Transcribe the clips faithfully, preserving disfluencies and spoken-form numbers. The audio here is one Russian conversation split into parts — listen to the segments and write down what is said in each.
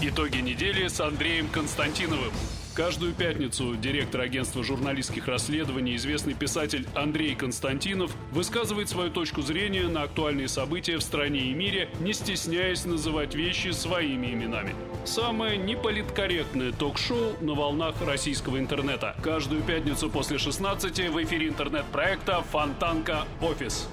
Итоги недели с Андреем Константиновым. Каждую пятницу директор агентства журналистских расследований, известный писатель Андрей Константинов, высказывает свою точку зрения на актуальные события в стране и мире, не стесняясь называть вещи своими именами. Самое неполиткорректное ток-шоу на волнах российского интернета. Каждую пятницу после шестнадцати в эфире интернет-проекта «Фонтанка Офис».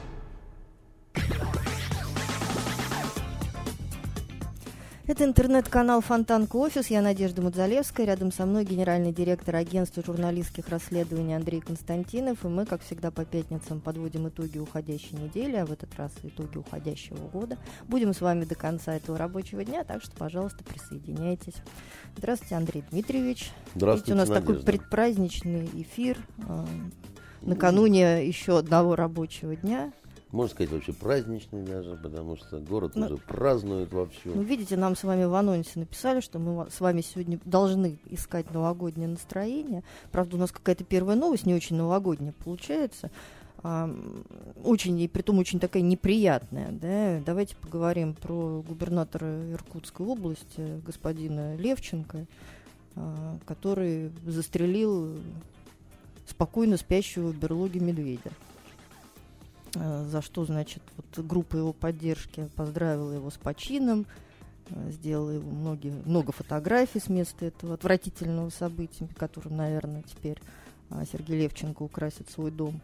Это интернет-канал «Фонтанка Офис». Я Надежда Мудзалевская. Рядом со мной генеральный директор агентства журналистских расследований Андрей Константинов. И мы, как всегда, по пятницам подводим итоги уходящей недели, а в этот раз итоги уходящего года. Будем с вами до конца этого рабочего дня, так что, пожалуйста, присоединяйтесь. Здравствуйте, Андрей Дмитриевич. Здравствуйте, Видите, у нас Надежда. такой предпраздничный эфир э, накануне еще одного рабочего дня. Можно сказать, вообще праздничный даже, потому что город ну, уже празднует вовсю. Ну, видите, нам с вами в анонсе написали, что мы с вами сегодня должны искать новогоднее настроение. Правда, у нас какая-то первая новость не очень новогодняя получается. А, очень, и притом очень такая неприятная. Да? Давайте поговорим про губернатора Иркутской области, господина Левченко, а, который застрелил спокойно спящего в берлоге медведя. За что, значит, вот группа его поддержки поздравила его с почином, сделала ему многие, много фотографий с места этого отвратительного события, которым, наверное, теперь Сергей Левченко украсит свой дом.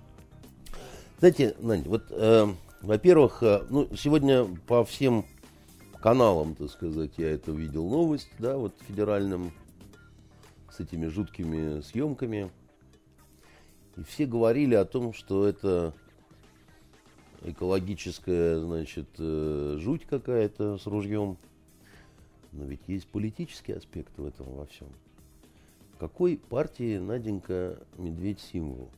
Знаете, Надя, вот, э, во-первых, э, ну, сегодня по всем каналам, так сказать, я это видел новость, да, вот федеральным, с этими жуткими съемками. И все говорили о том, что это экологическая, значит, жуть какая-то с ружьем. Но ведь есть политический аспект в этом во всем. Какой партии, Наденька, медведь символ?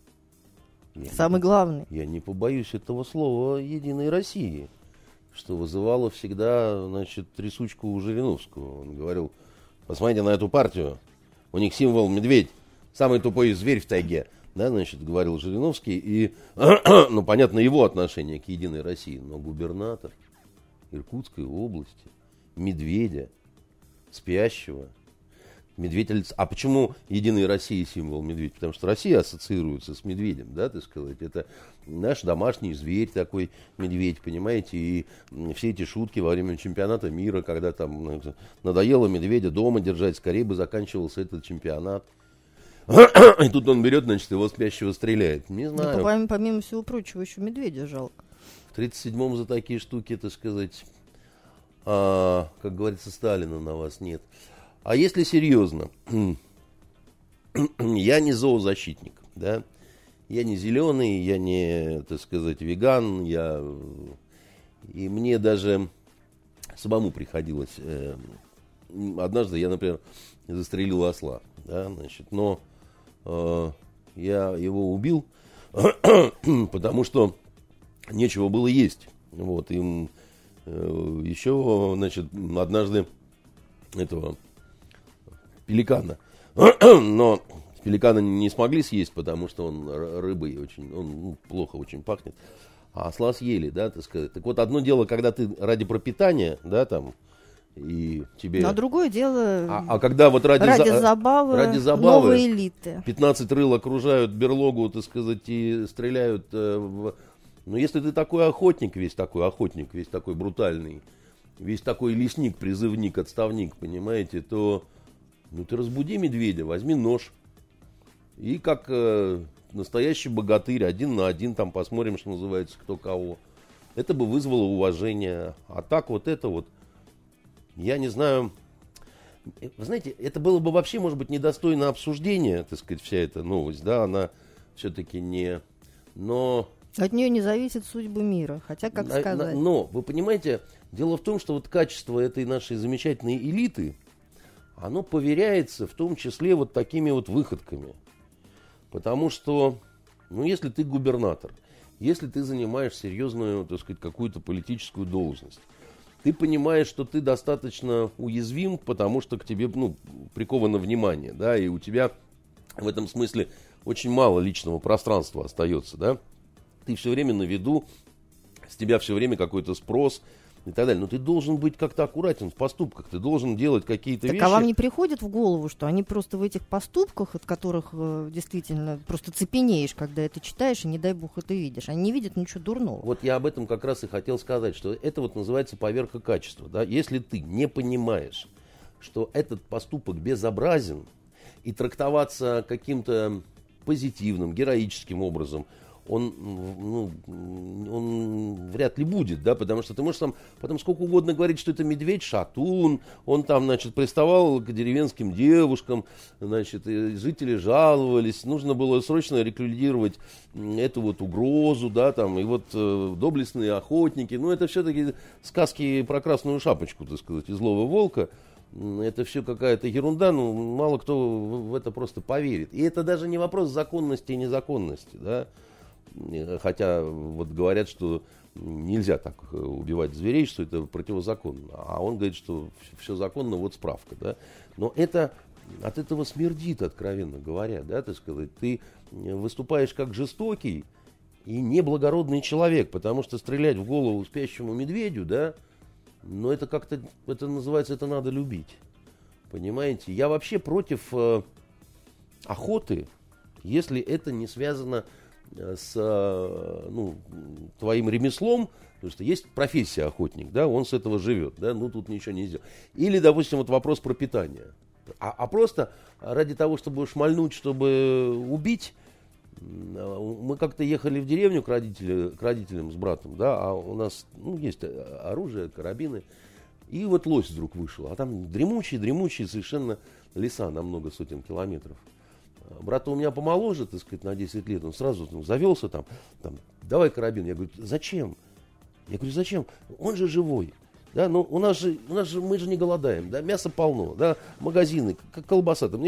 Я Самый не, главный. Я не побоюсь этого слова «Единой России», что вызывало всегда, значит, трясучку у Жириновского. Он говорил: посмотрите на эту партию, у них символ медведь, самый тупой зверь в тайге. Да, значит, говорил Жириновский, и, ну, понятно, его отношение к Единой России, но губернатор Иркутской области, медведя, спящего, медведь, а почему Единой России символ медведь? Потому что Россия ассоциируется с медведем, да, так сказать, это наш домашний зверь такой, медведь, понимаете, и все эти шутки во время чемпионата мира, когда там надоело медведя дома держать, скорее бы заканчивался этот чемпионат. И тут он берет, значит, его спящего стреляет. Не знаю. Ну, помимо, помимо всего прочего, еще медведя жалко. В тридцать седьмом за такие штуки, так сказать, а, как говорится, Сталина на вас нет. А если серьезно, я не зоозащитник, да? Я не зеленый, я не, так сказать, веган, я... И мне даже самому приходилось... Э, однажды я, например, застрелил осла, да, значит, но... Я его убил, потому что нечего было есть. Вот, и еще, значит, однажды этого пеликана. Но пеликана не смогли съесть, потому что он рыбой очень, он ну, плохо очень пахнет. А осла съели, да, так сказать. Так вот, одно дело, когда ты ради пропитания, да, там, и тебе... Но другое дело, а, а когда вот ради, ради, за... забавы, ради забавы новой элиты. пятнадцать рыл окружают берлогу, так сказать, и стреляют э, в... Ну, если ты такой охотник, весь такой охотник, весь такой брутальный, весь такой лесник, призывник, отставник, понимаете, то ну ты разбуди медведя, возьми нож. И как э, настоящий богатырь, один на один, там посмотрим, что называется, кто кого. Это бы вызвало уважение. А так вот это вот, я не знаю, вы знаете, это было бы вообще, может быть, недостойно обсуждения, так сказать, вся эта новость, да, она все-таки не, но... От нее не зависит судьба мира, хотя, как на, сказать. На, но, вы понимаете, дело в том, что вот качество этой нашей замечательной элиты, оно поверяется в том числе вот такими вот выходками. Потому что, ну, если ты губернатор, если ты занимаешь серьезную, так сказать, какую-то политическую должность, ты понимаешь, что ты достаточно уязвим, потому что к тебе, ну, приковано внимание, да, и у тебя в этом смысле очень мало личного пространства остается, да. Ты все время на виду, с тебя все время какой-то спрос, и так далее. Но ты должен быть как-то аккуратен в поступках, ты должен делать какие-то так, вещи. А вам не приходит в голову, что они просто в этих поступках, от которых э, действительно просто цепенеешь, когда это читаешь, и не дай бог это видишь, они не видят ничего дурного? Вот я об этом как раз и хотел сказать, что это вот называется поверка качества. Да? Если ты не понимаешь, что этот поступок безобразен, и трактоваться каким-то позитивным, героическим образом, он, ну, он вряд ли будет, да, потому что ты можешь там потом сколько угодно говорить, что это медведь-шатун, он там, значит, приставал к деревенским девушкам, значит, и жители жаловались, нужно было срочно ликвидировать эту вот угрозу, да, там, и вот э, доблестные охотники, ну, это все-таки сказки про красную шапочку, так сказать, и злого волка. Это все какая-то ерунда, ну, мало кто в это просто поверит. И это даже не вопрос законности и незаконности, да. Хотя вот говорят, что нельзя так убивать зверей, что это противозаконно. А он говорит, что все законно, вот справка, да. Но это от этого смердит, откровенно говоря, да, так сказать. Ты выступаешь как жестокий и неблагородный человек, потому что стрелять в голову спящему медведю, да, но это как-то, это называется, это надо любить. Понимаете? Я вообще против э, охоты, если это не связано с э, ну, твоим ремеслом, потому что есть профессия охотник, да, он с этого живет, да, ну тут ничего не сделать. Или, допустим, вот вопрос про питание. А, а просто ради того, чтобы шмальнуть, чтобы убить, мы как-то ехали в деревню к, родителю, к родителям с братом, да, а у нас, ну, есть оружие, карабины, и вот лось вдруг вышел, а там дремучие, дремучие совершенно леса на много сотен километров. Брат у меня помоложе, так сказать, на десять лет, он сразу ну, завелся там, там, давай карабин. Я говорю, зачем? Я говорю, зачем? Он же живой. Да, ну, у нас же, у нас же, мы же не голодаем, да, мясо полно, да, магазины, как колбаса, там,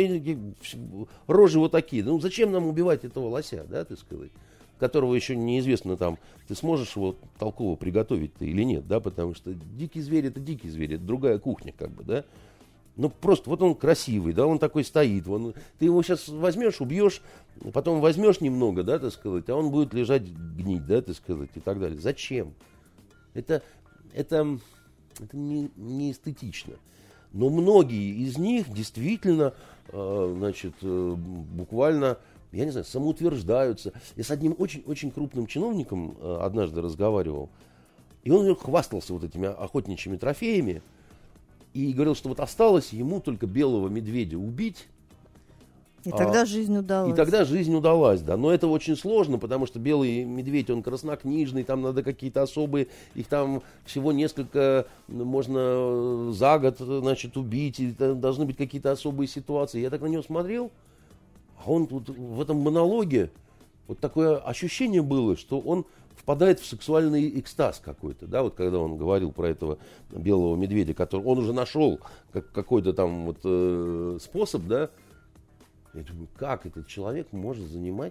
рожи вот такие. Ну, зачем нам убивать этого лося, да, так сказать, которого еще неизвестно там, ты сможешь его толково приготовить-то или нет, да, потому что дикий зверь это дикий зверь, это другая кухня, как бы, да. Ну, просто вот он красивый, да, он такой стоит, он, ты его сейчас возьмешь, убьешь, потом возьмешь немного, да, так сказать, а он будет лежать гнить, да, так сказать, и так далее. Зачем? Это, это... Это не, не эстетично. Но многие из них действительно, э, значит, э, буквально, я не знаю, самоутверждаются. Я с одним очень-очень крупным чиновником э, однажды разговаривал, и он хвастался вот этими охотничьими трофеями и говорил, что вот осталось ему только белого медведя убить. И тогда а, жизнь удалась. И тогда жизнь удалась, да. Но это очень сложно, потому что белый медведь, он краснокнижный, там надо какие-то особые, их там всего несколько можно за год, значит, убить, и должны быть какие-то особые ситуации. Я так на него смотрел, а он тут в этом монологе, вот такое ощущение было, что он впадает в сексуальный экстаз какой-то, да, вот когда он говорил про этого белого медведя, который он уже нашел как, какой-то там вот э, способ, да. Я думаю, как этот человек может занимать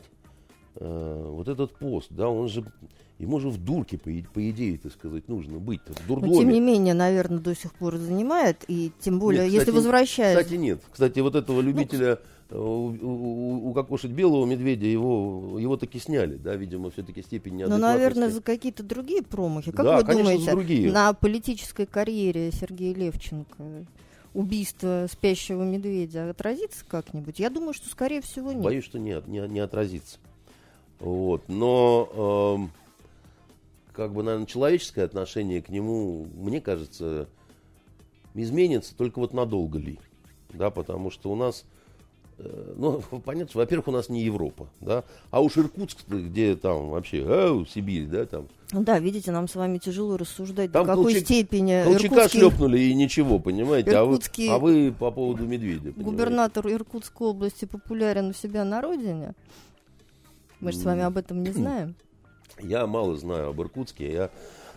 э, вот этот пост, да, он же, ему же в дурке, по, по идее, так сказать, нужно быть, в дурдоме. Но, тем не менее, наверное, до сих пор занимает, и тем более, нет, если кстати, возвращаясь... Кстати, нет. Кстати, вот этого любителя ну, укокошить белого медведя, его, его таки сняли, да, видимо, все-таки степень неадекватности. Ну, наверное, за какие-то другие промахи. Как да, вы конечно, думаете, за другие. На политической карьере Сергея Левченко убийство спящего медведя отразится как-нибудь? Я думаю, что, скорее всего, нет. Боюсь, что нет, не, не отразится. Вот. Но, э, как бы, наверное, человеческое отношение к нему, мне кажется, изменится, только вот надолго ли. Да, потому что у нас, э, ну, понятно, что, во-первых, у нас не Европа, да, а уж Иркутск, где там вообще, э, Сибирь, да, там. Ну да, видите, нам с вами тяжело рассуждать, там до какой Колчак, степени Колчака иркутский... шлепнули и ничего, понимаете, Иркутский... а, вы, а вы по поводу медведя. Понимаете? Губернатор Иркутской области популярен у себя на родине. Мы же с вами об этом не знаем. Я мало знаю об Иркутске, я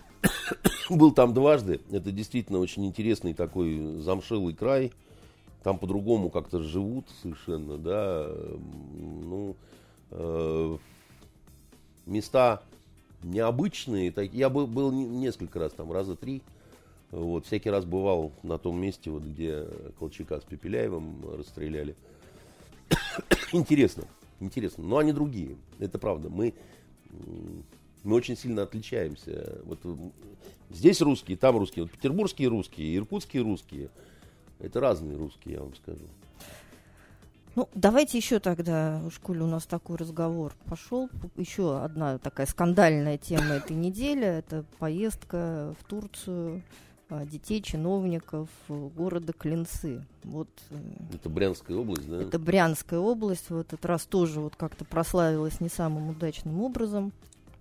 был там дважды, это действительно очень интересный такой замшелый край, там по-другому как-то живут совершенно, да, ну, э, места необычные, так, я был, был несколько раз там, раза три, вот, всякий раз бывал на том месте, вот, где Колчака с Пепеляевым расстреляли. Интересно, интересно, но они другие, это правда, мы, Мы очень сильно отличаемся. Вот здесь русские, там русские. Вот петербургские русские, иркутские русские. Это разные русские, я вам скажу. Ну, давайте еще тогда, уж коли у нас такой разговор пошел, еще одна такая скандальная тема этой недели. Это поездка в Турцию детей, чиновников города Клинцы. Вот, это Брянская область, да? Это Брянская область. В этот раз тоже вот как-то прославилась не самым удачным образом.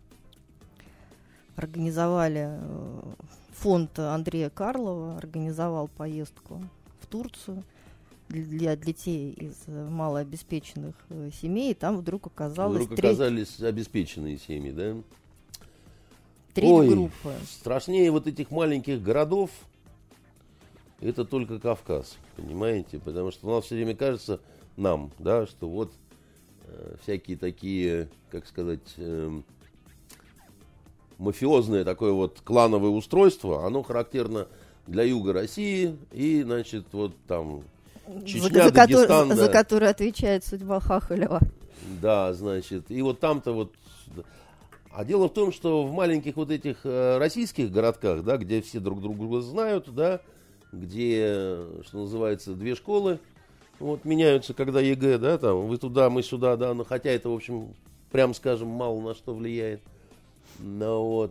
Организовали, фонд Андрея Карлова организовал поездку в Турцию для детей из малообеспеченных семей. И там вдруг оказалось... Вдруг оказались треть... обеспеченные семьи, да? Треть Ой, группы. Страшнее вот этих маленьких городов это только Кавказ, понимаете? Потому что у нас все время кажется нам, да, что вот э, всякие такие, как сказать, э, мафиозное такое вот клановое устройство, оно характерно для юга России и, значит, вот там Чечня, за, Дагестан. За, да. за который отвечает судьба Хахалева. Да, значит, и вот там-то вот... А дело в том, что в маленьких вот этих э, российских городках, да, где все друг друга знают, да, где, что называется, две школы, вот, меняются, когда ЕГЭ, да, там, вы туда, мы сюда, да, но хотя это, в общем, прям скажем, мало на что влияет. Ну вот.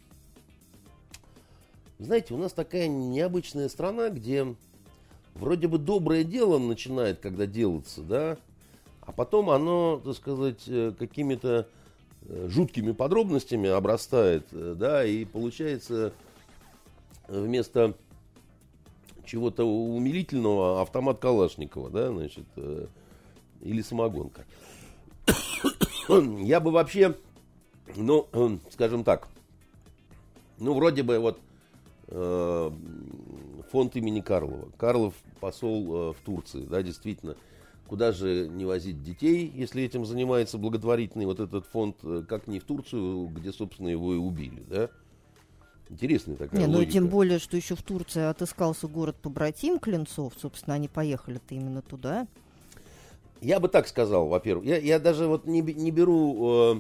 Знаете, у нас такая необычная страна, где вроде бы доброе дело начинает, когда делаться, да, а потом оно, так сказать, какими-то жуткими подробностями обрастает, да, и получается вместо чего-то умилительного автомат Калашникова, да, значит, или самогонка. Я бы вообще, ну, скажем так, ну, вроде бы вот э, фонд имени Карлова. Карлов посол э, в Турции, да, действительно. Куда же не возить детей, если этим занимается благотворительный вот этот фонд, как не в Турцию, где, собственно, его и убили, да? Интересная такая не, логика. Ну, тем более, что еще в Турции отыскался город-побратим Клинцов, собственно, они поехали-то именно туда. Я бы так сказал, во-первых. Я, я даже вот не, не беру э,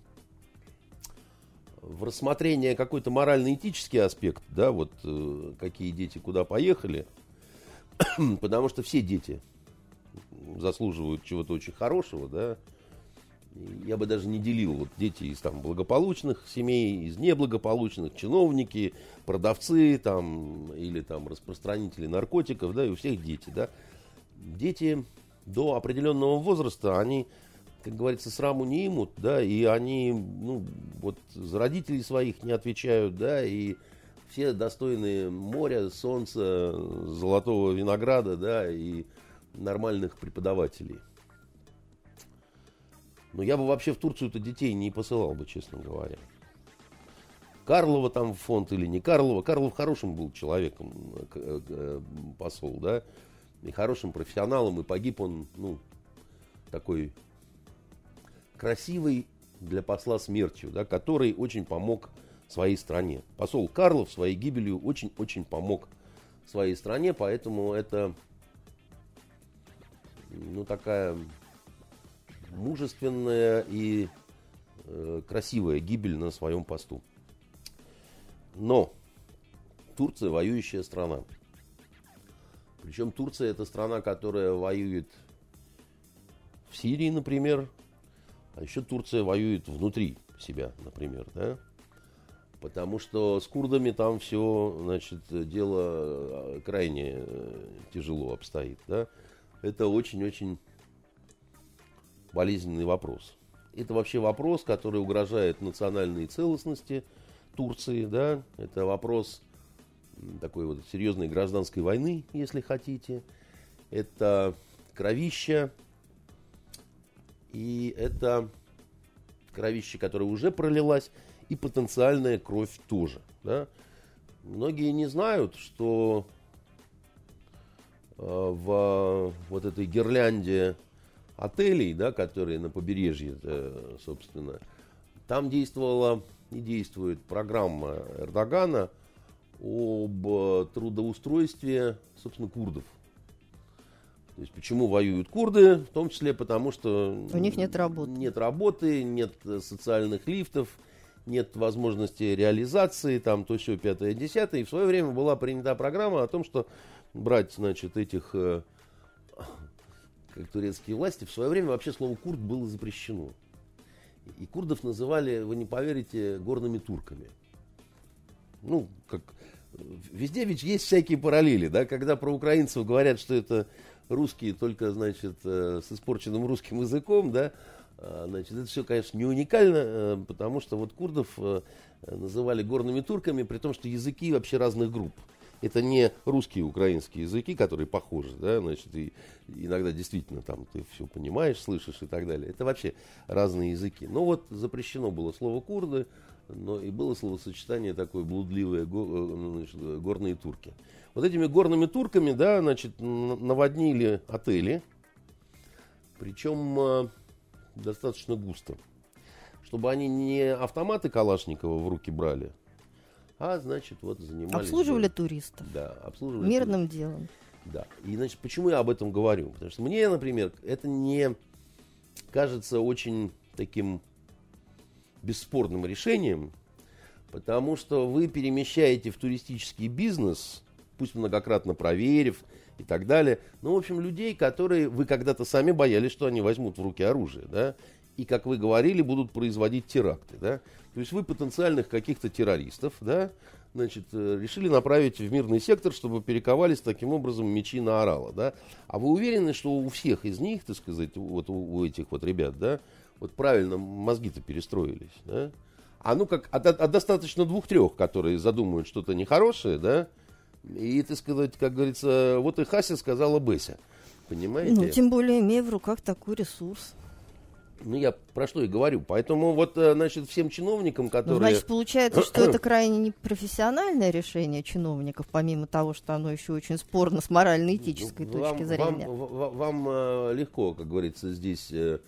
в рассмотрение какой-то морально-этический аспект, да, вот э, какие дети куда поехали, потому что все дети заслуживают чего-то очень хорошего, да. Я бы даже не делил вот дети из там благополучных семей, из неблагополучных, чиновники, продавцы там или там распространители наркотиков, да, и у всех дети, да. Дети до определенного возраста, они, как говорится, сраму не имут, да, и они, ну, вот за родителей своих не отвечают, да, и все достойны моря, солнца, золотого винограда, да, и нормальных преподавателей. Но я бы вообще в Турцию-то детей не посылал бы, честно говоря. Карлова там фонд или не Карлова. Карлов хорошим был человеком, посол, да, и хорошим профессионалом, и погиб он, ну, такой красивый для посла смертью, да, который очень помог своей стране. Посол Карлов своей гибелью очень-очень помог своей стране, поэтому это, ну, такая мужественная и э, красивая гибель на своем посту. Но Турция воюющая страна. Причем Турция это страна, которая воюет в Сирии, например, а еще Турция воюет внутри себя, например, да? Потому что с курдами там все, значит, дело крайне тяжело обстоит, да? Это очень-очень болезненный вопрос. Это вообще вопрос, который угрожает национальной целостности Турции, да? Это вопрос такой вот серьезной гражданской войны, если хотите. Это кровища. И это кровище, которое уже пролилась, и потенциальная кровь тоже, да? Многие не знают, что в вот этой гирлянде отелей, да, которые на побережье, собственно, там действовала и действует программа Эрдогана об трудоустройстве, собственно, курдов. То есть почему воюют курды? В том числе потому, что у них нет работы. Нет работы, нет социальных лифтов, нет возможности реализации, там, то все, пятое, десятое. И в свое время была принята программа о том, что брать, значит, этих, э, как турецкие власти, в свое время вообще слово «курд» было запрещено. И курдов называли, вы не поверите, горными турками. Ну, как... Везде ведь есть всякие параллели, да, когда про украинцев говорят, что это русские только, значит, с испорченным русским языком, да, значит, это все, конечно, не уникально, потому что вот курдов называли горными турками, при том, что языки вообще разных групп. Это не русские украинские языки, которые похожи, да, значит, и иногда действительно там ты все понимаешь, слышишь и так далее. Это вообще разные языки. Но вот запрещено было слово «курды», но и было словосочетание такое блудливое, значит, горные турки. Вот этими горными турками, да, значит, наводнили отели, причем э, достаточно густо, чтобы они не автоматы Калашникова в руки брали, а, значит, вот занимались... Обслуживали да, туристов. Да, обслуживали мирным туристов. делом. Да, и, значит, почему я об этом говорю? Потому что мне, например, это не кажется очень таким... бесспорным решением, потому что вы перемещаете в туристический бизнес, пусть многократно проверив и так далее, ну, в общем, людей, которые вы когда-то сами боялись, что они возьмут в руки оружие, да, и, как вы говорили, будут производить теракты, да. То есть вы потенциальных каких-то террористов, да, значит, решили направить в мирный сектор, чтобы перековались таким образом мечи на орала, да. А вы уверены, что у всех из них, так сказать, вот у, у этих вот ребят, да, вот правильно мозги-то перестроились, да? А ну как, а, а достаточно двух-трех, которые задумают что-то нехорошее, да? И, так сказать, как говорится, вот и Хася сказала Беся, понимаете? Ну, тем более, имея в руках такой ресурс. Ну, я про что и говорю. Поэтому вот, значит, всем чиновникам, которые... Ну, значит, получается, что это крайне непрофессиональное решение чиновников, помимо того, что оно еще очень спорно с морально-этической вам, точки зрения. Вам, вам, вам легко, как говорится, здесь...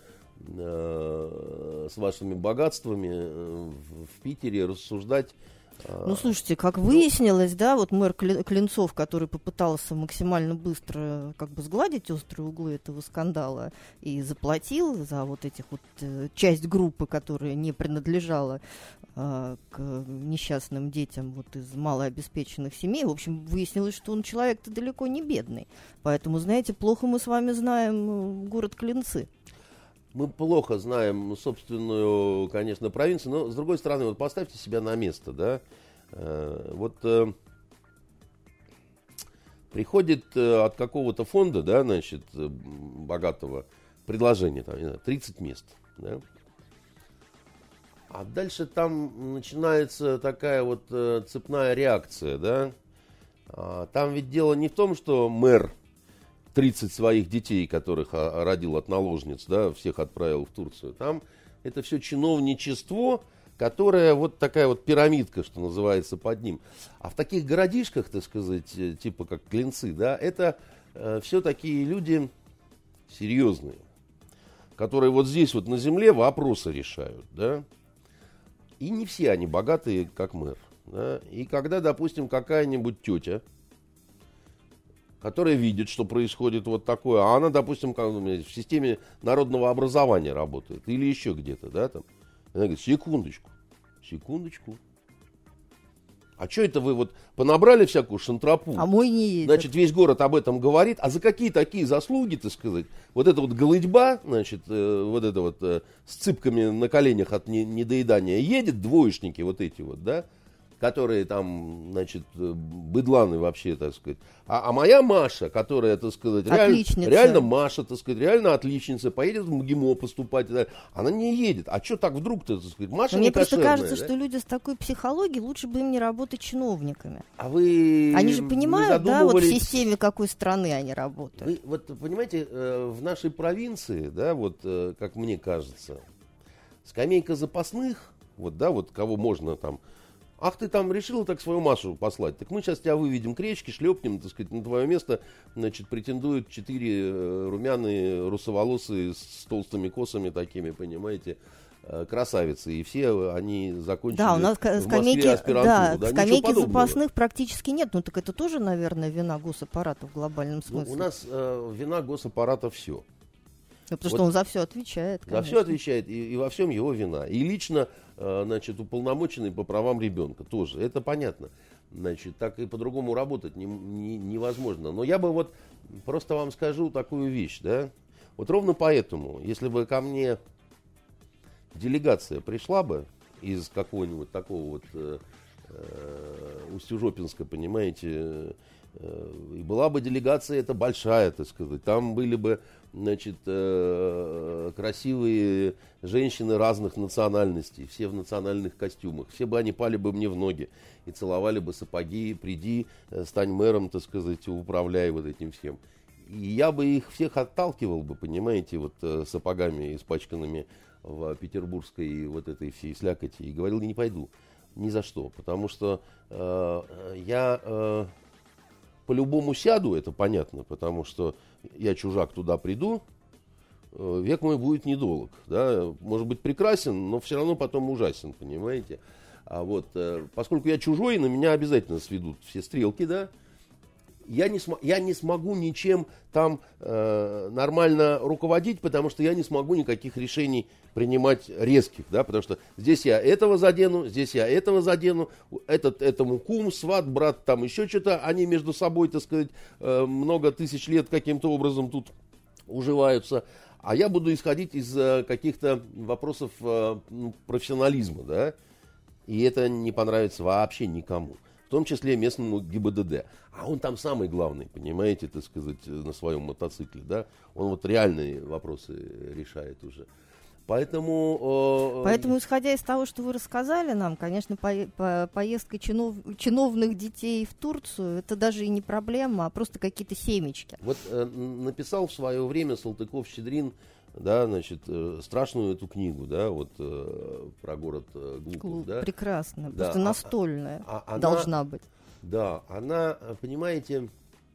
с вашими богатствами в Питере рассуждать. Ну, слушайте, как выяснилось, да, вот мэр Клинцов, который попытался максимально быстро как бы сгладить острые углы этого скандала и заплатил за вот этих вот часть группы, которая не принадлежала а, к несчастным детям вот из малообеспеченных семей. В общем, выяснилось, что он человек-то далеко не бедный. Поэтому, знаете, плохо мы с вами знаем город Клинцы. Мы плохо знаем собственную, конечно, провинцию, но, с другой стороны, вот поставьте себя на место, да, э, вот э, приходит э, от какого-то фонда, да, значит, богатого предложение, там, не знаю, тридцать мест, да, а дальше там начинается такая вот э, цепная реакция, да, а, там ведь дело не в том, что мэр тридцать своих детей, которых родил от наложниц, да, всех отправил в Турцию. Там это все чиновничество, которое вот такая вот пирамидка, что называется, под ним. А в таких городишках, так сказать, типа как Клинцы, да, это э, все такие люди серьезные, которые вот здесь вот на земле вопросы решают, да. И не все они богатые, как мэр. Да? И когда, допустим, какая-нибудь тетя, которая видит, что происходит вот такое, а она, допустим, как, в системе народного образования работает, или еще где-то, да, там, она говорит, секундочку, секундочку. А что это вы вот понабрали всякую шантропу? А мой не едет. Значит, весь город об этом говорит. А за какие такие заслуги, так сказать? Вот эта вот голытьба, значит, э, вот это вот э, с цыпками на коленях от не, недоедания едет, двоечники вот эти вот, да? Которые там, значит, быдланы вообще, так сказать. А, а моя Маша, которая, так сказать, реаль, реально Маша, так сказать, реально отличница, поедет в МГИМО поступать, она не едет. А что так вдруг-то, так сказать, Маша не кошерная? Мне просто кажется, да? Что люди с такой психологией, лучше бы им не работать чиновниками. А вы Они же понимают, да, вот в системе какой страны они работают. Вы, вот, понимаете, в нашей провинции, да, вот, как мне кажется, скамейка запасных, вот, да, вот, кого можно там... Ах, ты там решила так свою Машу послать. Так мы сейчас тебя выведем к речке, шлепнем, так сказать, на твое место, значит, претендуют четыре румяные, русоволосые, с толстыми косами такими, понимаете, красавицы. И все они закончили да, у нас в скамейки, аспирантуру. Да, да, скамейки запасных практически нет. Ну, так это тоже, наверное, вина госаппарата в глобальном смысле. Ну, у нас э, вина госаппарата все. Ну, потому вот что он за все отвечает, конечно. За все отвечает, и, и во всем его вина. И лично, э, значит, уполномоченный по правам ребенка тоже. Это понятно. Значит, так и по-другому работать не, не, невозможно. Но я бы вот просто вам скажу такую вещь, да. Вот ровно поэтому, если бы ко мне делегация пришла бы из какого-нибудь такого вот э, э, Устюжопинска, понимаете, э, и была бы делегация эта большая, так сказать, там были бы, значит, э, красивые женщины разных национальностей, все в национальных костюмах, все бы они пали бы мне в ноги и целовали бы сапоги, приди, стань мэром, так сказать, управляй вот этим всем. И я бы их всех отталкивал бы, понимаете, вот э, сапогами, испачканными в петербургской вот этой всей слякоти, и говорил, не пойду, ни за что, потому что э, я э, по-любому сяду, это понятно, потому что я чужак, туда приду, э, век мой будет недолг, да, может быть прекрасен, но все равно потом ужасен, понимаете. А вот, э, поскольку я чужой, на меня обязательно сведут все стрелки, да, я не, см- я не смогу ничем там э, нормально руководить, потому что я не смогу никаких решений принимать резких, да, потому что здесь я этого задену, здесь я этого задену, этот этому кум, сват, брат, там еще что-то, они между собой, так сказать, э, много тысяч лет каким-то образом тут уживаются, а я буду исходить из э, каких-то вопросов э, профессионализма, да, и это не понравится вообще никому. В том числе местному ГИБДД. А он там самый главный, понимаете, так сказать, на своем мотоцикле, да? Он вот реальные вопросы решает уже. Поэтому... Э, Поэтому, исходя из того, что вы рассказали нам, конечно, по, по, поездка чинов, чиновных детей в Турцию, это даже и не проблема, а просто какие-то семечки. Вот э, написал в свое время Салтыков-Щедрин, да, значит, э, страшную эту книгу, да, вот э, про город э, Глухов, Клуб, да. прекрасная, Да, просто а, настольная а, она, должна быть. Да, она, понимаете,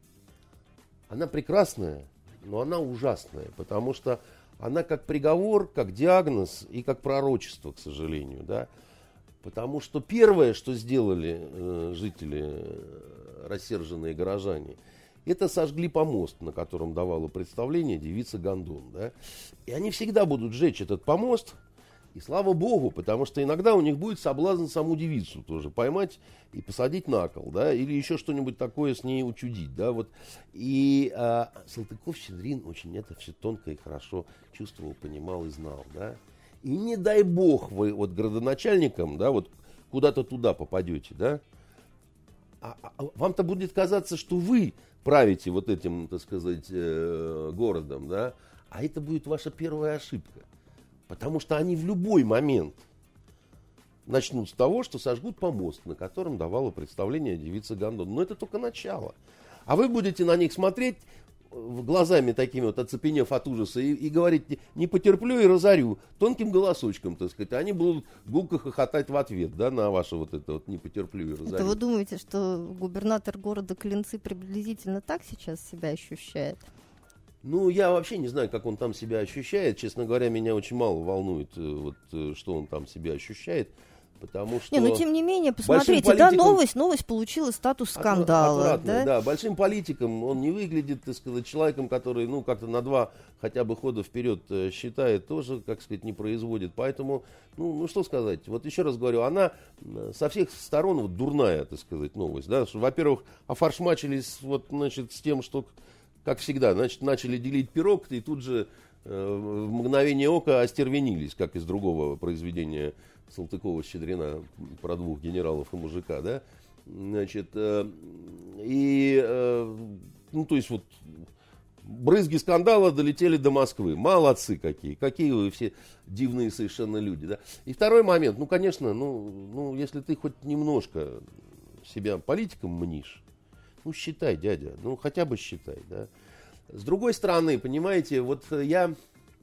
она прекрасная, но она ужасная, потому что она как приговор, как диагноз и как пророчество, к сожалению, да. Потому что первое, что сделали э, жители, э, рассерженные горожане, это сожгли помост, на котором давала представление девица Гондон, да. И они всегда будут сжечь этот помост, и слава богу, потому что иногда у них будет соблазн саму девицу тоже поймать и посадить на кол, да, или еще что-нибудь такое с ней учудить, да, вот. И а, Салтыков-Щедрин очень это все тонко и хорошо чувствовал, понимал и знал, да. И не дай бог вы вот градоначальникам, да, вот куда-то туда попадете, да, а, а вам-то будет казаться, что вы правите вот этим, так сказать, э, городом, да, а это будет ваша первая ошибка. Потому что они в любой момент начнут с того, что сожгут помост, на котором давала представление девица Гондон. Но это только начало. А вы будете на них смотреть глазами такими вот, оцепенев от ужаса, и, и говорить, не потерплю и разорю, тонким голосочком, так сказать. Они будут гулко хохотать в ответ, да, на ваше вот это вот не потерплю и разорю. Это вы думаете, что губернатор города Клинцы приблизительно так сейчас себя ощущает? Ну, я вообще не знаю, как он там себя ощущает. Честно говоря, меня очень мало волнует, вот, что он там себя ощущает. Потому что... Не, но тем не менее, посмотрите, политикам... да, новость, новость получила статус скандала. Да? да, большим политиком он не выглядит, так сказать, человеком, который, ну, как-то на два хотя бы хода вперед считает, тоже, как сказать, не производит. Поэтому, ну, ну что сказать, вот еще раз говорю, она со всех сторон вот дурная, так сказать, новость, да, что, во-первых, офаршмачились вот, значит, с тем, что, как всегда, значит, начали делить пирог, и тут же э, в мгновение ока остервенились, как из другого произведения Салтыкова-Щедрина про двух генералов и мужика, да, значит, э, и, э, ну, то есть вот брызги скандала долетели до Москвы, молодцы какие, какие вы все дивные совершенно люди, да. И второй момент, ну, конечно, ну, ну, если ты хоть немножко себя политиком мнишь, ну, считай, дядя, ну, хотя бы считай, да. С другой стороны, понимаете, вот я...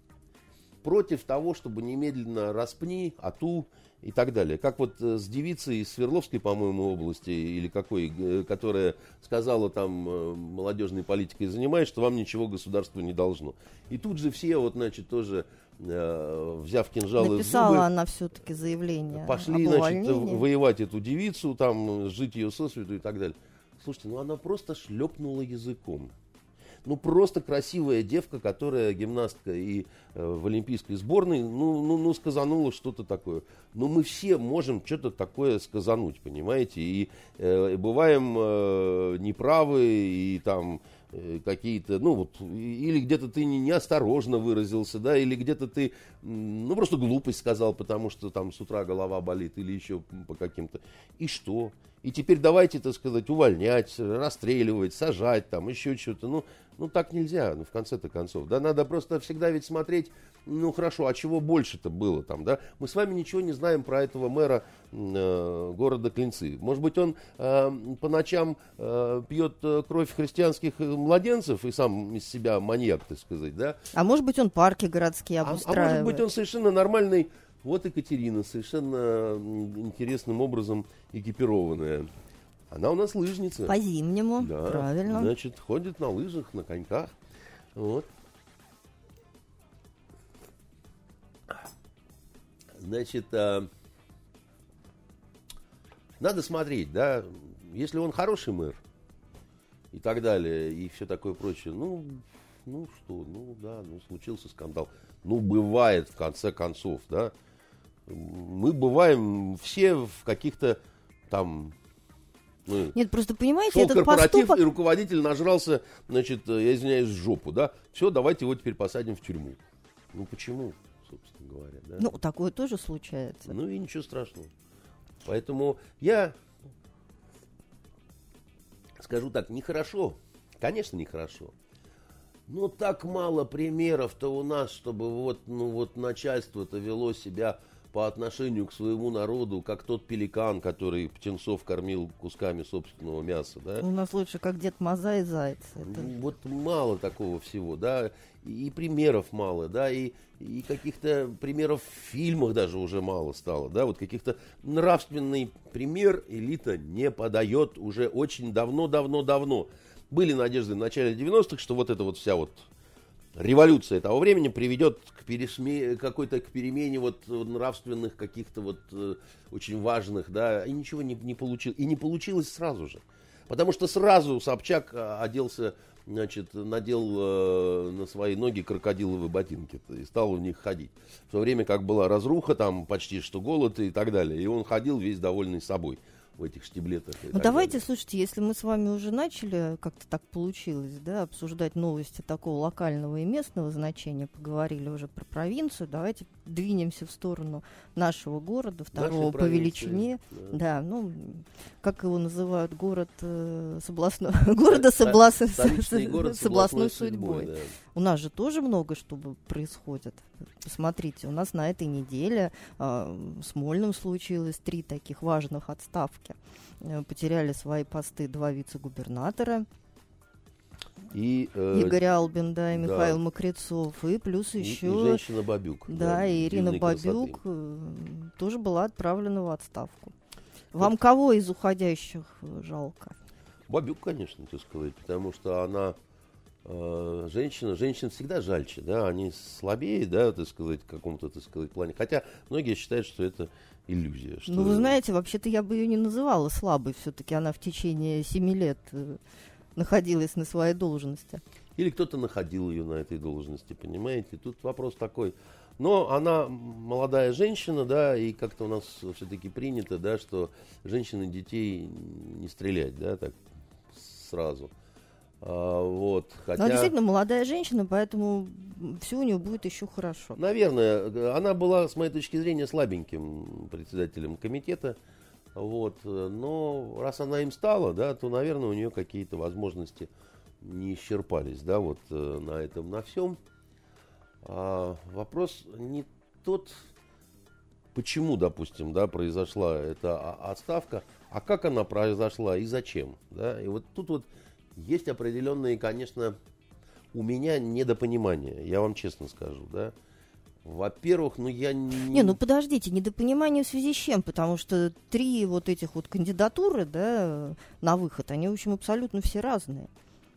против того, чтобы немедленно распни, ату и так далее. Как вот с девицей из Свердловской, по-моему, области, или какой, которая сказала там, молодежной политикой занимаюсь, что вам ничего государство не должно. И тут же все, вот, значит, тоже, взяв кинжалы написала в зубы, она все-таки заявление пошли, значит, воевать эту девицу, там, жить ее сосвету и так далее. Слушайте, ну она просто шлепнула языком. ну, просто красивая девка, которая гимнастка и э, в олимпийской сборной, ну, ну, ну, сказанула что-то такое. Но мы все можем что-то такое сказануть, понимаете, и э, бываем э, неправы, и там э, какие-то, ну, вот, или где-то ты не, неосторожно выразился, да, или где-то ты, ну, просто глупость сказал, потому что там с утра голова болит, или еще по каким-то. И что? И теперь давайте, так сказать, увольнять, расстреливать, сажать, там, еще что-то. Ну, ну так нельзя, ну, в конце-то концов. Да, надо просто всегда ведь смотреть, ну, хорошо, а чего больше-то было там, да? Мы с вами ничего не знаем про этого мэра э, города Клинцы. Может быть, он э, по ночам э, пьет кровь христианских младенцев и сам из себя маньяк, так сказать, да? А может быть, он парки городские А, обустраивает. а может быть, он совершенно нормальный. Вот Екатерина, совершенно интересным образом экипированная. Она у нас лыжница. По-зимнему, да, правильно. Значит, ходит на лыжах, на коньках. Вот. Значит, а, надо смотреть, да, если он хороший мэр и так далее, и все такое прочее, ну, ну что, ну да, ну случился скандал. Ну, бывает, в конце концов, да. Мы бываем все в каких-то там... Ну, Нет, просто понимаете, шел этот корпоратив, поступок... и руководитель нажрался, значит, я извиняюсь, в жопу, да. Все, давайте его теперь посадим в тюрьму. Ну, почему, собственно говоря, да? Ну, такое тоже случается. Ну, и ничего страшного. Поэтому я скажу так, нехорошо. Конечно, нехорошо. Но так мало примеров-то у нас, чтобы вот, ну, вот начальство-то вело себя по отношению к своему народу, как тот пеликан, который птенцов кормил кусками собственного мяса, да? У нас лучше как Дед Маза и Заяц. Это... Вот мало такого всего, да, и примеров мало, да, и, и каких-то примеров в фильмах даже уже мало стало, да, вот каких-то нравственный пример элита не подает уже очень давно-давно-давно. Были надежды в начале девяностых, что вот эта вот вся вот революция того времени приведет к пересме... какой-то к перемене вот нравственных каких-то вот э, очень важных, да, и ничего не, не получилось. И не получилось сразу же. Потому что сразу Собчак оделся, значит, надел э, на свои ноги крокодиловые ботинки и стал в них ходить. В то время как была разруха, там почти что голод и так далее. И он ходил весь довольный собой в этих штиблетах. Ну, давайте, далее. Слушайте, если мы с вами уже начали, как-то так получилось, да, обсуждать новости такого локального и местного значения, поговорили уже про провинцию, давайте двинемся в сторону нашего города, второго по величине. Да. да, ну, как его называют, город э, собласно... города соблас... город соблазной судьбой. Да. У нас же тоже много что происходит. Посмотрите, у нас на этой неделе э, в Смольном случилось три таких важных отставки. Э, потеряли свои посты два вице-губернатора. И, э, Игорь Албин, да, и да. Михаил Мокрицов, и плюс еще... И, и женщина Бабюк. Да, да, и Ирина Бабюк красоты. тоже была отправлена в отставку. Вам вот. Кого из уходящих жалко? Бабюк, конечно, так сказать, потому что она э, женщина, женщин всегда жальче, да, они слабее, да, так сказать, в каком-то, так сказать, плане. Хотя многие считают, что это иллюзия. Что... Ну, вы знаете, вообще-то я бы ее не называла слабой, все-таки она в течение семи лет находилась на своей должности. Или кто-то находил ее на этой должности, понимаете? Тут вопрос такой. Но она молодая женщина, да, и как-то у нас все-таки принято, да, что женщины детей не стрелять, да, так сразу. А, вот, хотя... Она действительно молодая женщина, поэтому все у нее будет еще хорошо. Наверное, она была, с моей точки зрения, слабеньким председателем комитета. Вот, но раз она им стала, да, то, наверное, у нее какие-то возможности не исчерпались, да, вот на этом, на всем. А вопрос не тот, почему, допустим, да, произошла эта отставка, а как она произошла и зачем, да. И вот тут вот есть определенные, конечно, у меня недопонимания, я вам честно скажу, да. Во-первых, ну я не... Не, ну подождите, недопонимание в связи с чем? Потому что три вот этих вот кандидатуры, да, на выход, они, в общем, абсолютно все разные.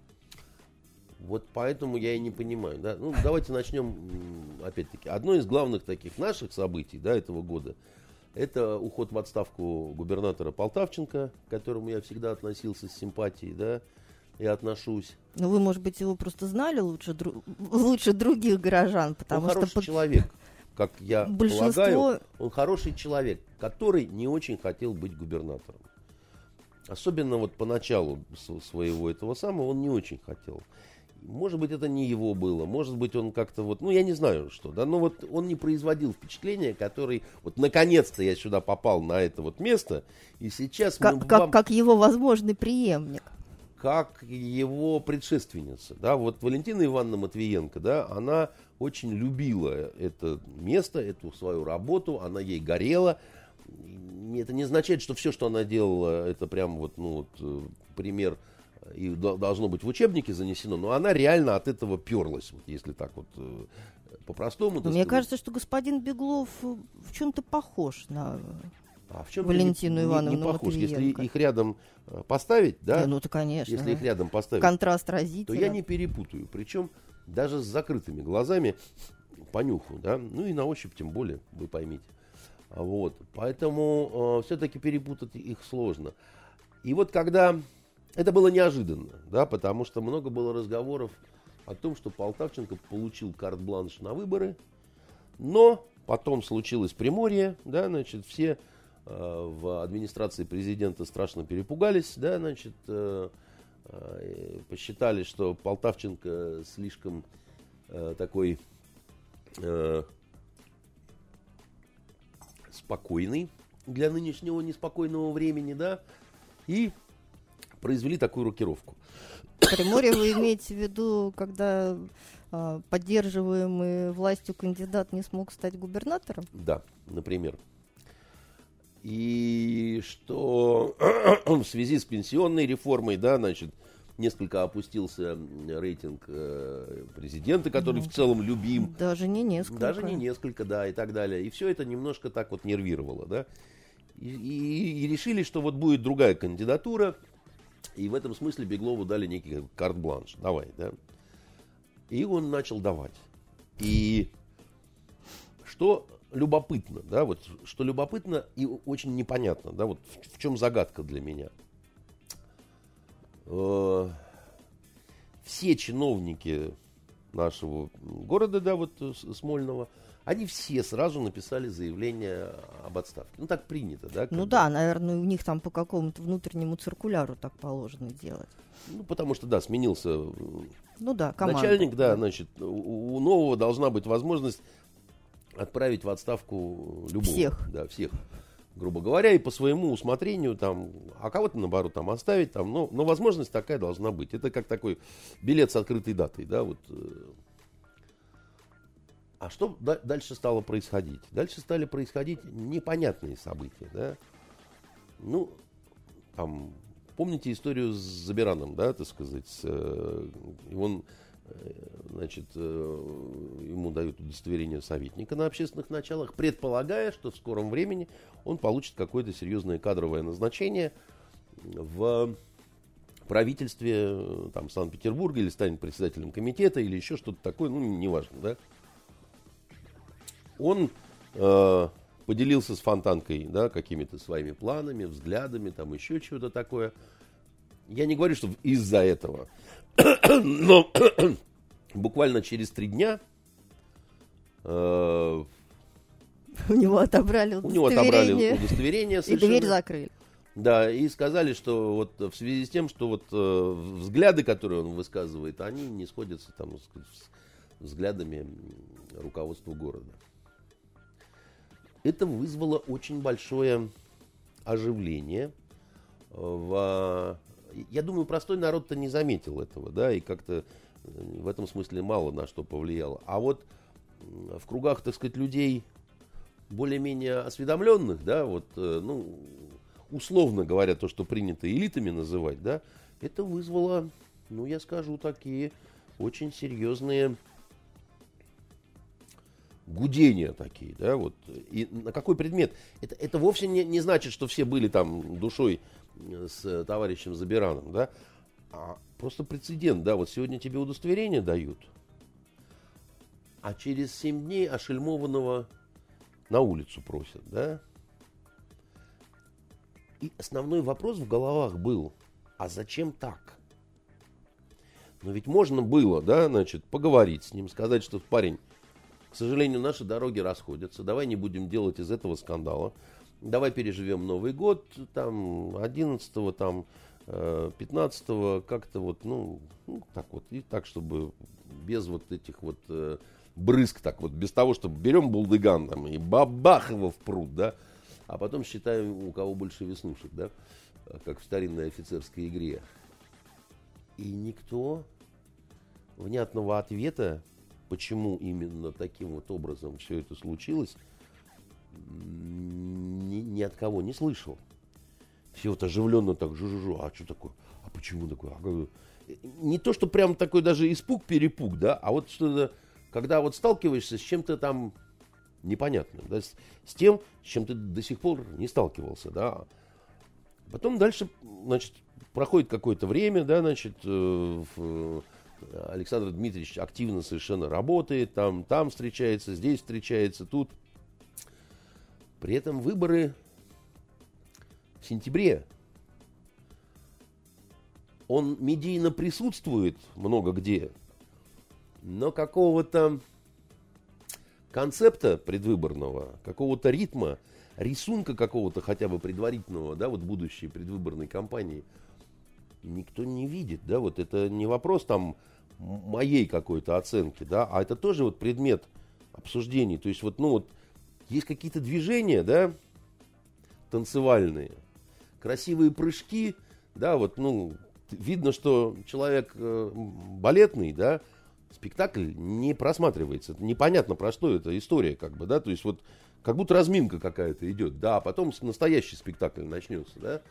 Вот поэтому я и не понимаю, да. Ну, давайте начнем, опять-таки. Одно из главных таких наших событий, да, этого года, это уход в отставку губернатора Полтавченко, к которому я всегда относился с симпатией, да. и отношусь. Ну, вы, может быть, его просто знали лучше, дру... лучше других горожан, потому он что... хороший под... человек, как я большинство... полагаю. Он хороший человек, который не очень хотел быть губернатором. Особенно вот поначалу своего этого самого он не очень хотел. Может быть, это не его было, может быть, он как-то вот, ну, я не знаю, что, да, но вот он не производил впечатления, который, вот, наконец-то я сюда попал на это вот место, и сейчас... Как, мы как, вам... как его возможный преемник. Как его предшественница, да, вот Валентина Ивановна Матвиенко, да, она очень любила это место, эту свою работу, она ей горела. Это не означает, что все, что она делала, это прям вот, ну, вот, пример и должно быть в учебнике занесено, но она реально от этого перлась, вот, если так вот по-простому. Мне сказать. Кажется, что господин Беглов в чем-то похож на а в чем Валентину не, Ивановну не, не похож. Матвиенко. Если их рядом поставить, да, не, ну, то, конечно, если да. их рядом поставить, контраст разительный, то я не перепутаю. Причем даже с закрытыми глазами по нюху, да, ну и на ощупь тем более, вы поймите. Вот, поэтому э, все-таки перепутать их сложно. И вот когда... Это было неожиданно, да, потому что много было разговоров о том, что Полтавченко получил карт-бланш на выборы, но потом случилось Приморье, да, значит, все э, в администрации президента страшно перепугались, да, значит, э, э, посчитали, что Полтавченко слишком э, такой э, спокойный для нынешнего неспокойного времени, да, и произвели такую рокировку. Приморье вы имеете в виду, когда а, поддерживаемый властью кандидат не смог стать губернатором? Да, например. И что в связи с пенсионной реформой, да, значит, несколько опустился рейтинг э, президента, который ну, в целом любим. Даже не несколько. Даже не несколько, да, и так далее. И все это немножко так вот нервировало, да. И, и, и решили, что вот будет другая кандидатура. И в этом смысле Беглову дали некий карт-бланш. Давай, да. И он начал давать. И что любопытно, да, вот, что любопытно и очень непонятно, да, вот в, в чем загадка для меня. Э, все чиновники нашего города, да, вот Смольного, они все сразу написали заявление об отставке. Ну, так принято, да? Ну да, наверное, у них там по какому-то внутреннему циркуляру так положено делать. Ну, потому что, да, сменился ну, да, команда. начальник, да, значит, у, у нового должна быть возможность отправить в отставку любого. Всех. Да, всех, грубо говоря, и по своему усмотрению, там, а кого-то, наоборот, там оставить, там, но, но возможность такая должна быть. Это как такой билет с открытой датой, да, вот. А что дальше стало происходить? Дальше стали происходить непонятные события, да. Ну, там, помните историю с Забираном, да, так сказать, и он, значит, ему дают удостоверение советника на общественных началах, предполагая, что в скором времени он получит какое-то серьезное кадровое назначение в правительстве там, Санкт-Петербурга или станет председателем комитета или еще что-то такое, ну, неважно, да. Он э, поделился с Фонтанкой, да, какими-то своими планами, взглядами, там еще чего-то такое. Я не говорю, что из-за этого, но буквально через три дня э, у него отобрали удостоверение, у него отобрали удостоверение и дверь закрыли. Да, и сказали, что вот в связи с тем, что вот э, взгляды, которые он высказывает, они не сходятся там с взглядами руководства города. Это вызвало очень большое оживление. В... Я думаю, простой народ-то не заметил этого, да, и как-то в этом смысле мало на что повлияло. А вот в кругах, так сказать, людей более-менее осведомленных, да, вот, ну, условно говоря, то, что принято элитами называть, да, это вызвало, ну, я скажу, такие очень серьезные гудения такие, да, вот. И на какой предмет? Это, это вовсе не, не значит, что все были там душой с товарищем Забираном, да, а просто прецедент, да, вот сегодня тебе удостоверение дают, а через семь дней ошельмованного на улицу просят, да. И основной вопрос в головах был, а зачем так? Но ведь можно было, да, значит, поговорить с ним, сказать, что парень, к сожалению, наши дороги расходятся, давай не будем делать из этого скандала, давай переживем Новый год, там, одиннадцатого, там, пятнадцатого, как-то вот, ну, ну, так вот, и так, чтобы без вот этих вот э, брызг, так вот, без того, чтобы берем булдыган там и бабах его в пруд, да, а потом считаем, у кого больше веснушек, да, как в старинной офицерской игре. И никто внятного ответа, почему именно таким вот образом все это случилось, ни, ни от кого не слышал. Все вот оживленно так жу-жу-жу, а что такое, а почему такое? А не то, что прям такой даже испуг-перепуг, да, а вот что-то, когда вот сталкиваешься с чем-то там непонятным, да, с, с тем, с чем ты до сих пор не сталкивался, да. Потом дальше, значит, проходит какое-то время, да, значит, э, в, Александр Дмитриевич активно совершенно работает, там, там встречается, здесь встречается, тут. При этом выборы в сентябре. Он медийно присутствует много где, но какого-то концепта предвыборного, какого-то ритма, рисунка какого-то хотя бы предварительного, да, вот будущей предвыборной кампании никто не видит, да, вот это не вопрос там моей какой-то оценки, да, а это тоже вот предмет обсуждений, то есть вот, ну вот, есть какие-то движения, да, танцевальные, красивые прыжки, да, вот, ну, видно, что человек э, балетный, да, спектакль не просматривается, непонятно, про что эта история, как бы, да, то есть вот, как будто разминка какая-то идет, да, а потом настоящий спектакль начнется, да.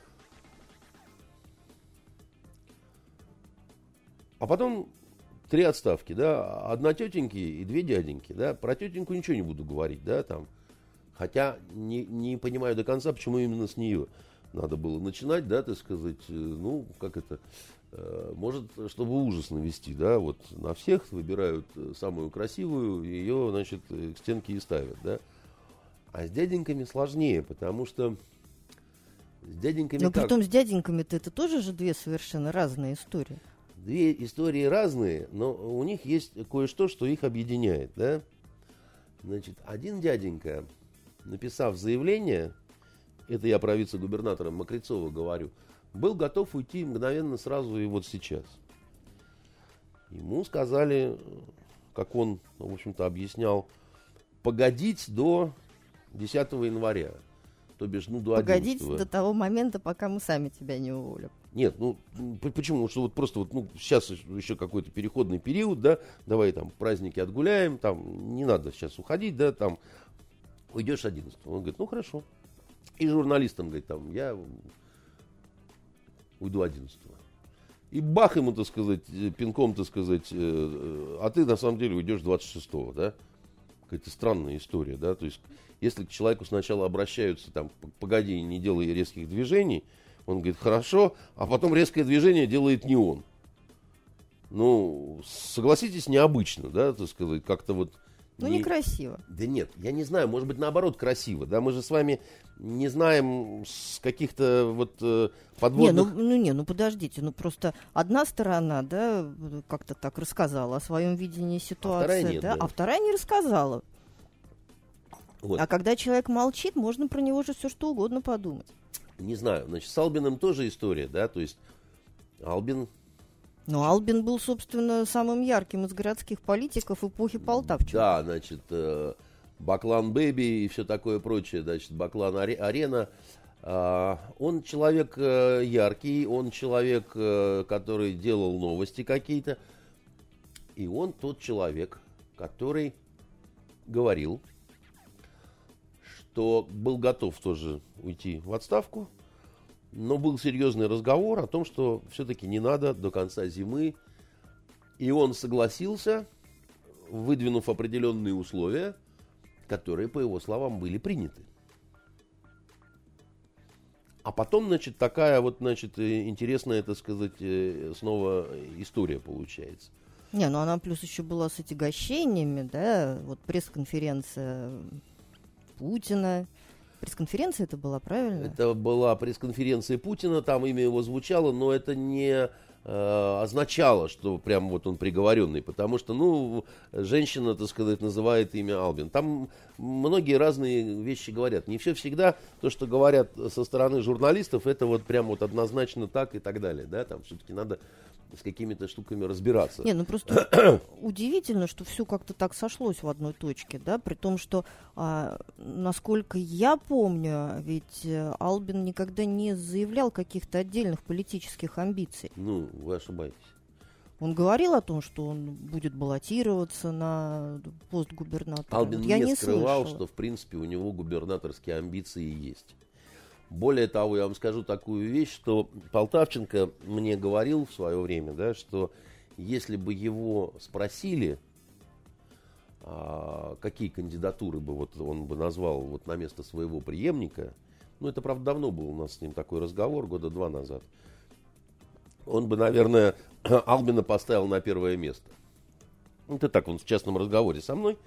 А потом три отставки, да, одна тетеньки и две дяденьки, да, про тетеньку ничего не буду говорить, да, там, хотя не, не понимаю до конца, почему именно с нее надо было начинать, да, так сказать, ну, как это, э, может, чтобы ужас навести, да, вот на всех выбирают самую красивую, ее, значит, к стенке и ставят, да. А с дяденьками сложнее, потому что с дяденьками... Но как? притом с дяденьками-то это тоже же две совершенно разные истории. Две истории разные, но у них есть кое-что, что их объединяет, да. Значит, один дяденька, написав заявление, это я про вице-губернатора Мокрицова говорю, был готов уйти мгновенно сразу и вот сейчас. Ему сказали, как он, в общем-то, объяснял, погодить до десятого января. То бишь, ну, до Погодить одиннадцатого. до того момента, пока мы сами тебя не уволим. Нет, ну, почему? Что вот просто вот, ну, сейчас еще какой-то переходный период, да, давай там праздники отгуляем, там, не надо сейчас уходить, да, там, уйдешь одиннадцатого. Он говорит, ну, хорошо. И журналистам говорит, там, я уйду одиннадцатого. И бах ему, так сказать, пинком, так сказать, а ты на самом деле уйдешь двадцать шестого, да? Какая-то странная история, да, то есть, если к человеку сначала обращаются, там, погоди, не делай резких движений, он говорит, хорошо, а потом резкое движение делает не он. Ну, согласитесь, необычно, да, так сказать, как-то вот... Ну, не... некрасиво. Да нет, я не знаю, может быть, наоборот, красиво, да, мы же с вами не знаем с каких-то вот э, подводных... Не, ну, ну не, ну подождите, ну просто одна сторона, да, как-то так рассказала о своем видении ситуации, а вторая нет, да, да, а вторая не рассказала. Вот. А когда человек молчит, можно про него же все что угодно подумать. Не знаю, значит, с Албиным тоже история, да, то есть Албин... Ну, Албин был, собственно, самым ярким из городских политиков эпохи Полтавчика. Да, значит, э, Баклан Бэби и все такое прочее, значит, Баклан Арена. Э, он человек э, яркий, он человек, э, который делал новости какие-то. И он тот человек, который говорил, что был готов тоже уйти в отставку. Но был серьезный разговор о том, что все-таки не надо до конца зимы. И он согласился, выдвинув определенные условия, которые, по его словам, были приняты. А потом, значит, такая вот, значит, интересная, так сказать, снова история получается. Не, ну она плюс еще была с отягощениями, да, вот пресс-конференция Путина. Пресс-конференция это была, правильно? Это была пресс-конференция Путина, там имя его звучало, но это не э, означало, что прям вот он приговоренный, потому что, ну, женщина, так сказать, называет имя Албин. Там многие разные вещи говорят. Не все всегда то, что говорят со стороны журналистов, это вот прям вот однозначно так и так далее, да, там все-таки надо с какими-то штуками разбираться. Не, ну просто удивительно, что все как-то так сошлось в одной точке, да, при том, что, а, насколько я помню, ведь Албин никогда не заявлял каких-то отдельных политических амбиций. Ну, вы ошибаетесь. Он говорил о том, что он будет баллотироваться на пост губернатора. Албин вот я не, не скрывал, слышала. что, в принципе, у него губернаторские амбиции есть. Более того, я вам скажу такую вещь, что Полтавченко мне говорил в свое время, да, что если бы его спросили, а, какие кандидатуры бы вот он бы назвал вот на место своего преемника, ну это, правда, давно был у нас с ним такой разговор, года два назад, он бы, наверное, Албина поставил на первое место. Это так, он в частном разговоре со мной,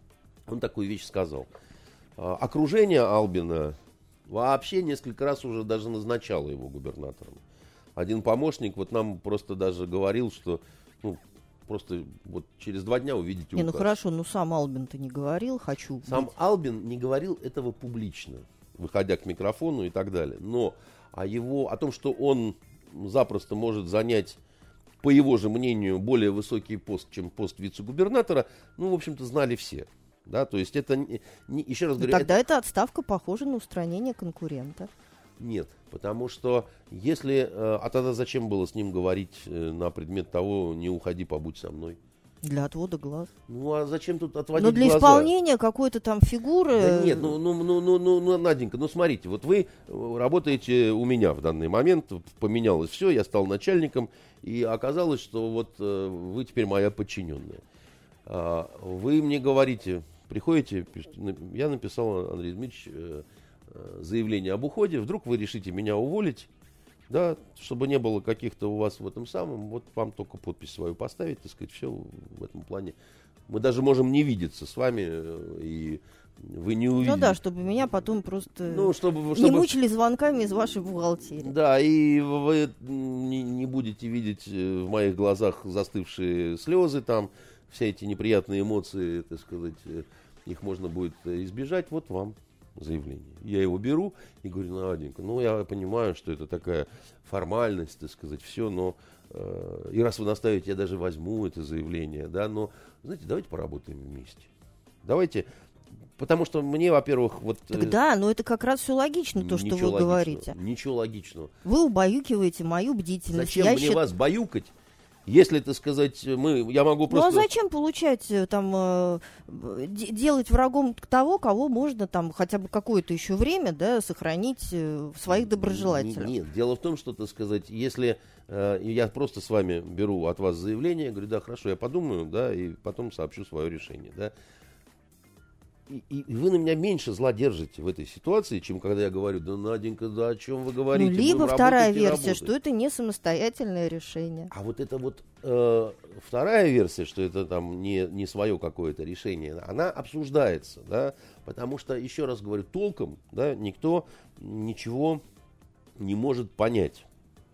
он такую вещь сказал. А, окружение Албина вообще несколько раз уже даже назначало его губернатором. Один помощник вот нам просто даже говорил, что ну, просто вот через два дня увидите указ. Не, ну хорошо, ну сам Албин-то не говорил, хочу Сам быть. Албин не говорил этого публично, выходя к микрофону и так далее. Но о, его, о том, что он запросто может занять, по его же мнению, более высокий пост, чем пост вице-губернатора, ну, в общем-то, знали все. Да, то есть это, не, не, еще раз Ну, говорю... тогда это... эта отставка похожа на устранение конкурента. Нет, потому что если... Э, а тогда зачем было с ним говорить э, на предмет того, не уходи, побудь со мной? Для отвода глаз. Ну, а зачем тут отводить Но для глаза? исполнения какой-то там фигуры... Да нет, ну, ну, ну, ну, ну, ну, Наденька, ну, смотрите, вот вы работаете у меня в данный момент, поменялось все, я стал начальником, и оказалось, что вот э, вы теперь моя подчиненная. А, вы мне говорите... Приходите, я написал, Андрей Дмитриевич, заявление об уходе. Вдруг вы решите меня уволить, да, чтобы не было каких-то у вас в этом самом, вот вам только подпись свою поставить, так сказать, все в этом плане. Мы даже можем не видеться с вами, и вы не увидите. Ну да, чтобы меня потом просто ну, чтобы, не чтобы... мучили звонками из вашей бухгалтерии. Да, и вы не, не будете видеть в моих глазах застывшие слезы там, все эти неприятные эмоции, так сказать, их можно будет избежать. Вот вам заявление. Я его беру и говорю, Наденька, ну я понимаю, что это такая формальность, так сказать, все, но э, и раз вы настаиваете, я даже возьму это заявление, да, но, знаете, давайте поработаем вместе. Давайте, потому что мне, во-первых, вот... Так да, но это как раз все логично, то, что вы логичного, говорите. Ничего логичного. Вы убаюкиваете мою бдительность. Зачем я мне счит... вас баюкать? Если, так сказать, мы, я могу просто... Ну а зачем получать, там, э, д- делать врагом того, кого можно там хотя бы какое-то еще время, да, сохранить э, в своих доброжелателях? Нет, дело в том, что, так сказать, если э, я просто с вами беру от вас заявление, говорю, да, хорошо, я подумаю, да, и потом сообщу свое решение, да. И, и вы на меня меньше зла держите в этой ситуации, чем когда я говорю, да, Наденька, да, о чем вы говорите? Ну, либо Будем вторая работать и версия, работать. что это не самостоятельное решение. А вот это вот э, вторая версия, что это там не, не свое какое-то решение, она обсуждается, да, потому что, еще раз говорю, толком, да, никто ничего не может понять.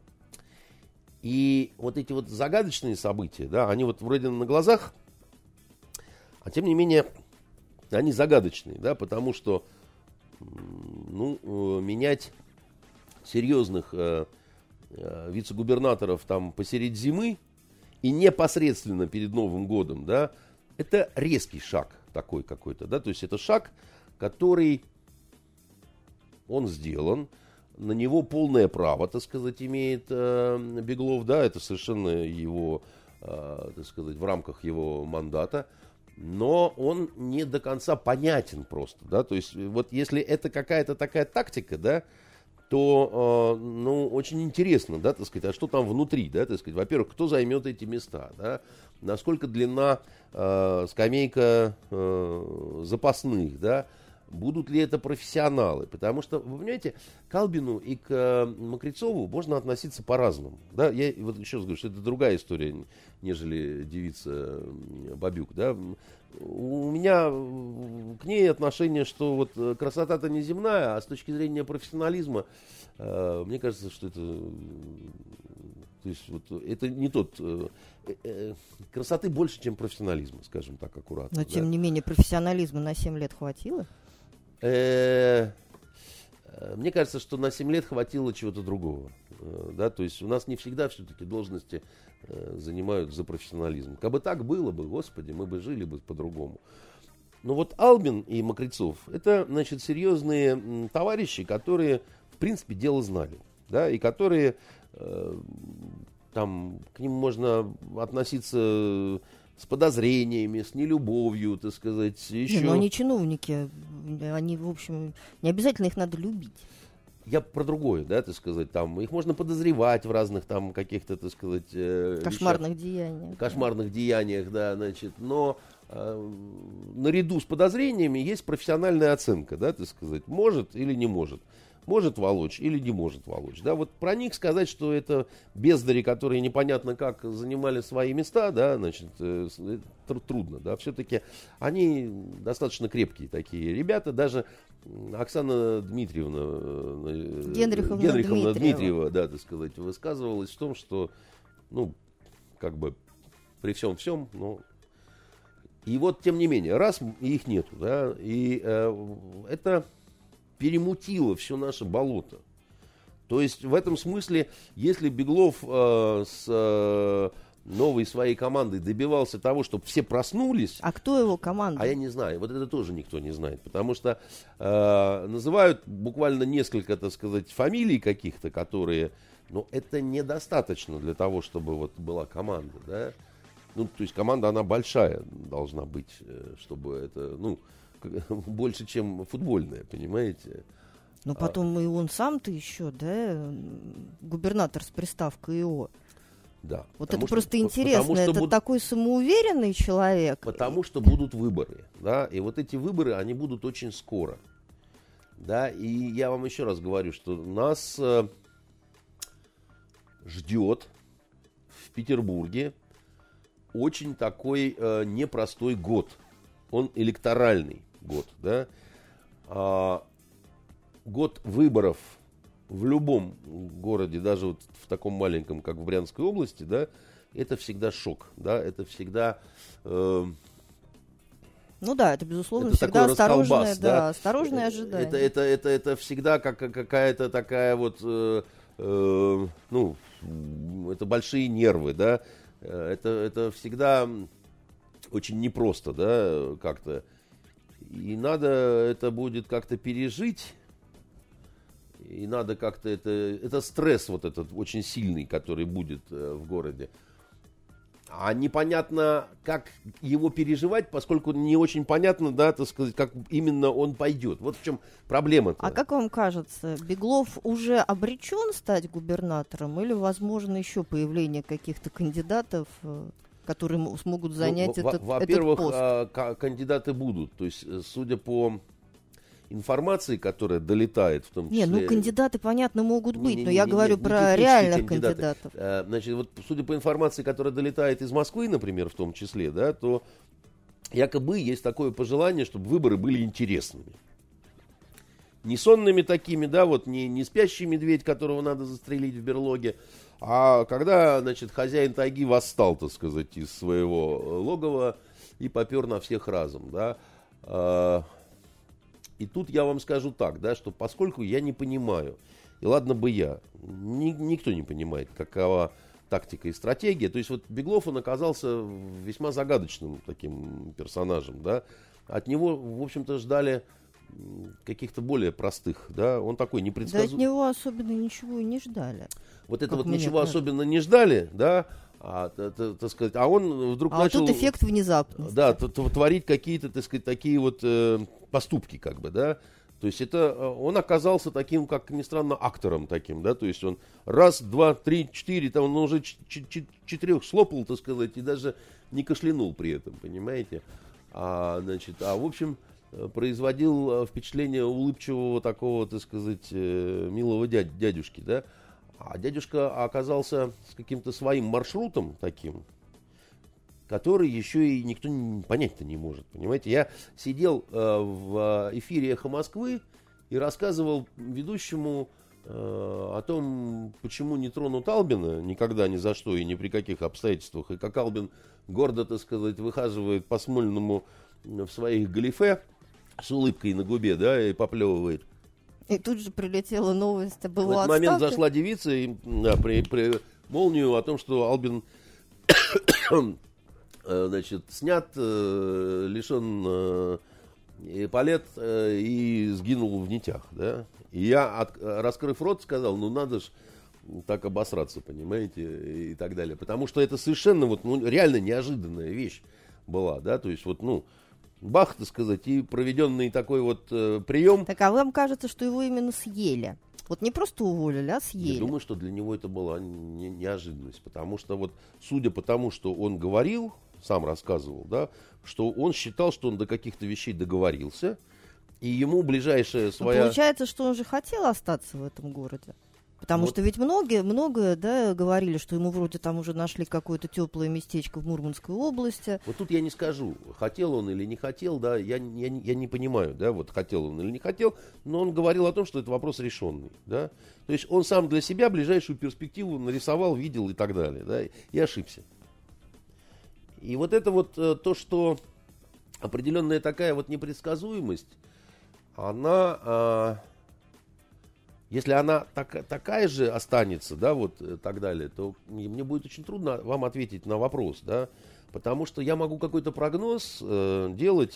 И вот эти вот загадочные события, да, они вот вроде на глазах, а тем не менее... Они загадочные, да, потому что ну, менять серьезных э, э, вице-губернаторов там посередине зимы и непосредственно перед Новым годом, да, это резкий шаг такой какой-то, да, то есть это шаг, который он сделан, на него полное право, так сказать, имеет э, Беглов, да, это совершенно его, э, так сказать, в рамках его мандата. Но он не до конца понятен просто, да, то есть вот если это какая-то такая тактика, да, то, э, ну, очень интересно, да, так сказать, а что там внутри, да, так сказать, во-первых, кто займет эти места, да, насколько длинна э, скамейка э, запасных, да, будут ли это профессионалы, потому что, вы понимаете, к Албину и к э, Мокрицову можно относиться по-разному, да, я вот еще раз говорю, что это другая история, нежели девица Бабюк, да, у меня к ней отношение, что вот красота-то не земная, а с точки зрения профессионализма, э, мне кажется, что это То есть вот это не тот... Э, э, красоты больше, чем профессионализма, скажем так, аккуратно. Но, да. тем не менее, профессионализма на семь лет хватило? Э, мне кажется, что на семь лет хватило чего-то другого. Э, да? То есть у нас не всегда все-таки должности э, занимают за профессионализм. Как бы так было бы, господи, мы бы жили бы по-другому. Но вот Албин и Мокрицов — это, значит, серьезные м, товарищи, которые, в принципе, дело знали. Да? И которые... Там к ним можно относиться с подозрениями, с нелюбовью, так сказать. Еще... Не, но они чиновники, они, в общем, не обязательно их надо любить. Я про другое, да, так сказать, там их можно подозревать в разных там каких-то, так сказать, кошмарных вещах, деяниях. Кошмарных да. деяниях, да, значит, но э, наряду с подозрениями есть профессиональная оценка, да, так сказать, может или не может. Может волочь или не может волочь. Да, вот про них сказать, что это бездари, которые непонятно как занимали свои места, да, значит, э, трудно. Да, все-таки они достаточно крепкие такие ребята. Даже Оксана Дмитриевна э, Генриховна, Генриховна Дмитриева. Дмитриева, да, так сказать, высказывалась в том, что, ну, как бы при всем всем, но... И вот, тем не менее, раз их нету, да, и э, это... перемутило все наше болото. То есть в этом смысле, если Беглов э, с э, новой своей командой добивался того, чтобы все проснулись... А кто его команда? А я не знаю. Вот это тоже никто не знает. Потому что э, называют буквально несколько, так сказать, фамилий каких-то, которые... Но это недостаточно для того, чтобы вот была команда, да? Ну, то есть команда, она большая должна быть, чтобы это... ну больше, чем футбольная, понимаете? Но потом а, и он сам-то еще, да, губернатор с приставкой ИО. Да. Вот это что, просто интересно. потому, это буд... такой самоуверенный человек. Потому что будут выборы, да, и вот эти выборы, они будут очень скоро. Да, и я вам еще раз говорю, что нас э, ждет в Петербурге очень такой э, непростой год. Он электоральный год, да, а, год выборов в любом городе, даже вот в таком маленьком, как в Брянской области, да, это всегда шок, да, это всегда... Э, ну да, это, безусловно, это всегда осторожное, да, да, осторожное ожидание. Это, это, это, это всегда как, какая-то такая вот, э, э, ну, это большие нервы, да, это, это всегда... очень непросто, да, как-то. И надо это будет как-то пережить. И надо как-то это... Это стресс вот этот очень сильный, который будет э, в городе. А непонятно, как его переживать, поскольку не очень понятно, да, так сказать, как именно он пойдет. Вот в чем проблема-то. А как вам кажется, Беглов уже обречен стать губернатором? Или, возможно, еще появление каких-то кандидатов... которые смогут занять ну, этот, во-первых, этот пост? А, кандидаты будут. То есть, судя по информации, которая долетает, в том числе... Не, ну кандидаты, понятно, могут быть, не, но не, я не, говорю не, про не реальных кандидаты. кандидатов. А, значит, вот судя по информации, которая долетает из Москвы, например, в том числе, да, то якобы есть такое пожелание, чтобы выборы были интересными. Не сонными такими, да, вот не, не спящий медведь, которого надо застрелить в берлоге, а когда, значит, хозяин тайги восстал, так сказать, из своего логова и попер на всех разом, да. И тут я вам скажу так, да, что поскольку я не понимаю, и ладно бы я, ни, никто не понимает, какова тактика и стратегия. То есть вот Беглов, он оказался весьма загадочным таким персонажем, да. От него, в общем-то, ждали каких-то более простых, да, он такой непредсказуемый. Да от него особенно ничего и не ждали. Вот это вот ничего кажется. Особенно не ждали, да, а, так сказать, а он вдруг а начал... А тут эффект внезапности. Да, творить какие-то, так сказать, такие вот э, поступки, как бы, да. То есть это, он оказался таким, как ни странно, актором таким, да, то есть он раз, два, три, четыре, там он уже четырех слопал, так сказать, и даже не кашлянул при этом, понимаете. А, значит, а в общем... производил впечатление улыбчивого такого, так сказать, милого дядь, дядюшки, да. А дядюшка оказался с каким-то своим маршрутом таким, который еще и никто понять-то не может, понимаете. Я сидел э, в эфире «Эхо Москвы» и рассказывал ведущему о том, почему не тронут Албина никогда, ни за что и ни при каких обстоятельствах, и как Албин гордо, так сказать, выхаживает по Смольному в своих галифе с улыбкой на губе, да, и поплевывает. И тут же прилетела новость об его В этот отставке. момент зашла девица и да, при, при молнию о том, что Албин значит, снят, лишен эполет и сгинул в нитях, да. И я, от, раскрыв рот, сказал, ну надо ж так обосраться, понимаете, и так далее. Потому что это совершенно вот, ну, реально неожиданная вещь была, да, то есть вот, ну, бах, так сказать, и проведенный такой вот э, прием. Так, а вам кажется, что его именно съели? Вот не просто уволили, а съели. Я думаю, что для него это была не, неожиданность, потому что вот, судя по тому, что он говорил, сам рассказывал, да, что он считал, что он до каких-то вещей договорился, и ему ближайшая своя... Но получается, что он же хотел остаться в этом городе. Потому вот. что ведь многие, многое, да, говорили, что ему вроде там уже нашли какое-то теплое местечко в Мурманской области. Вот тут я не скажу, хотел он или не хотел, да, я, я, я не понимаю, да, вот хотел он или не хотел, но он говорил о том, что это вопрос решенный, да. То есть он сам для себя ближайшую перспективу нарисовал, видел и так далее, да, и ошибся. И вот это вот то, что определенная такая вот непредсказуемость, она, а, если она так, такая же останется, да, вот так далее, то мне, мне будет очень трудно вам ответить на вопрос, да, потому что я могу какой-то прогноз э, делать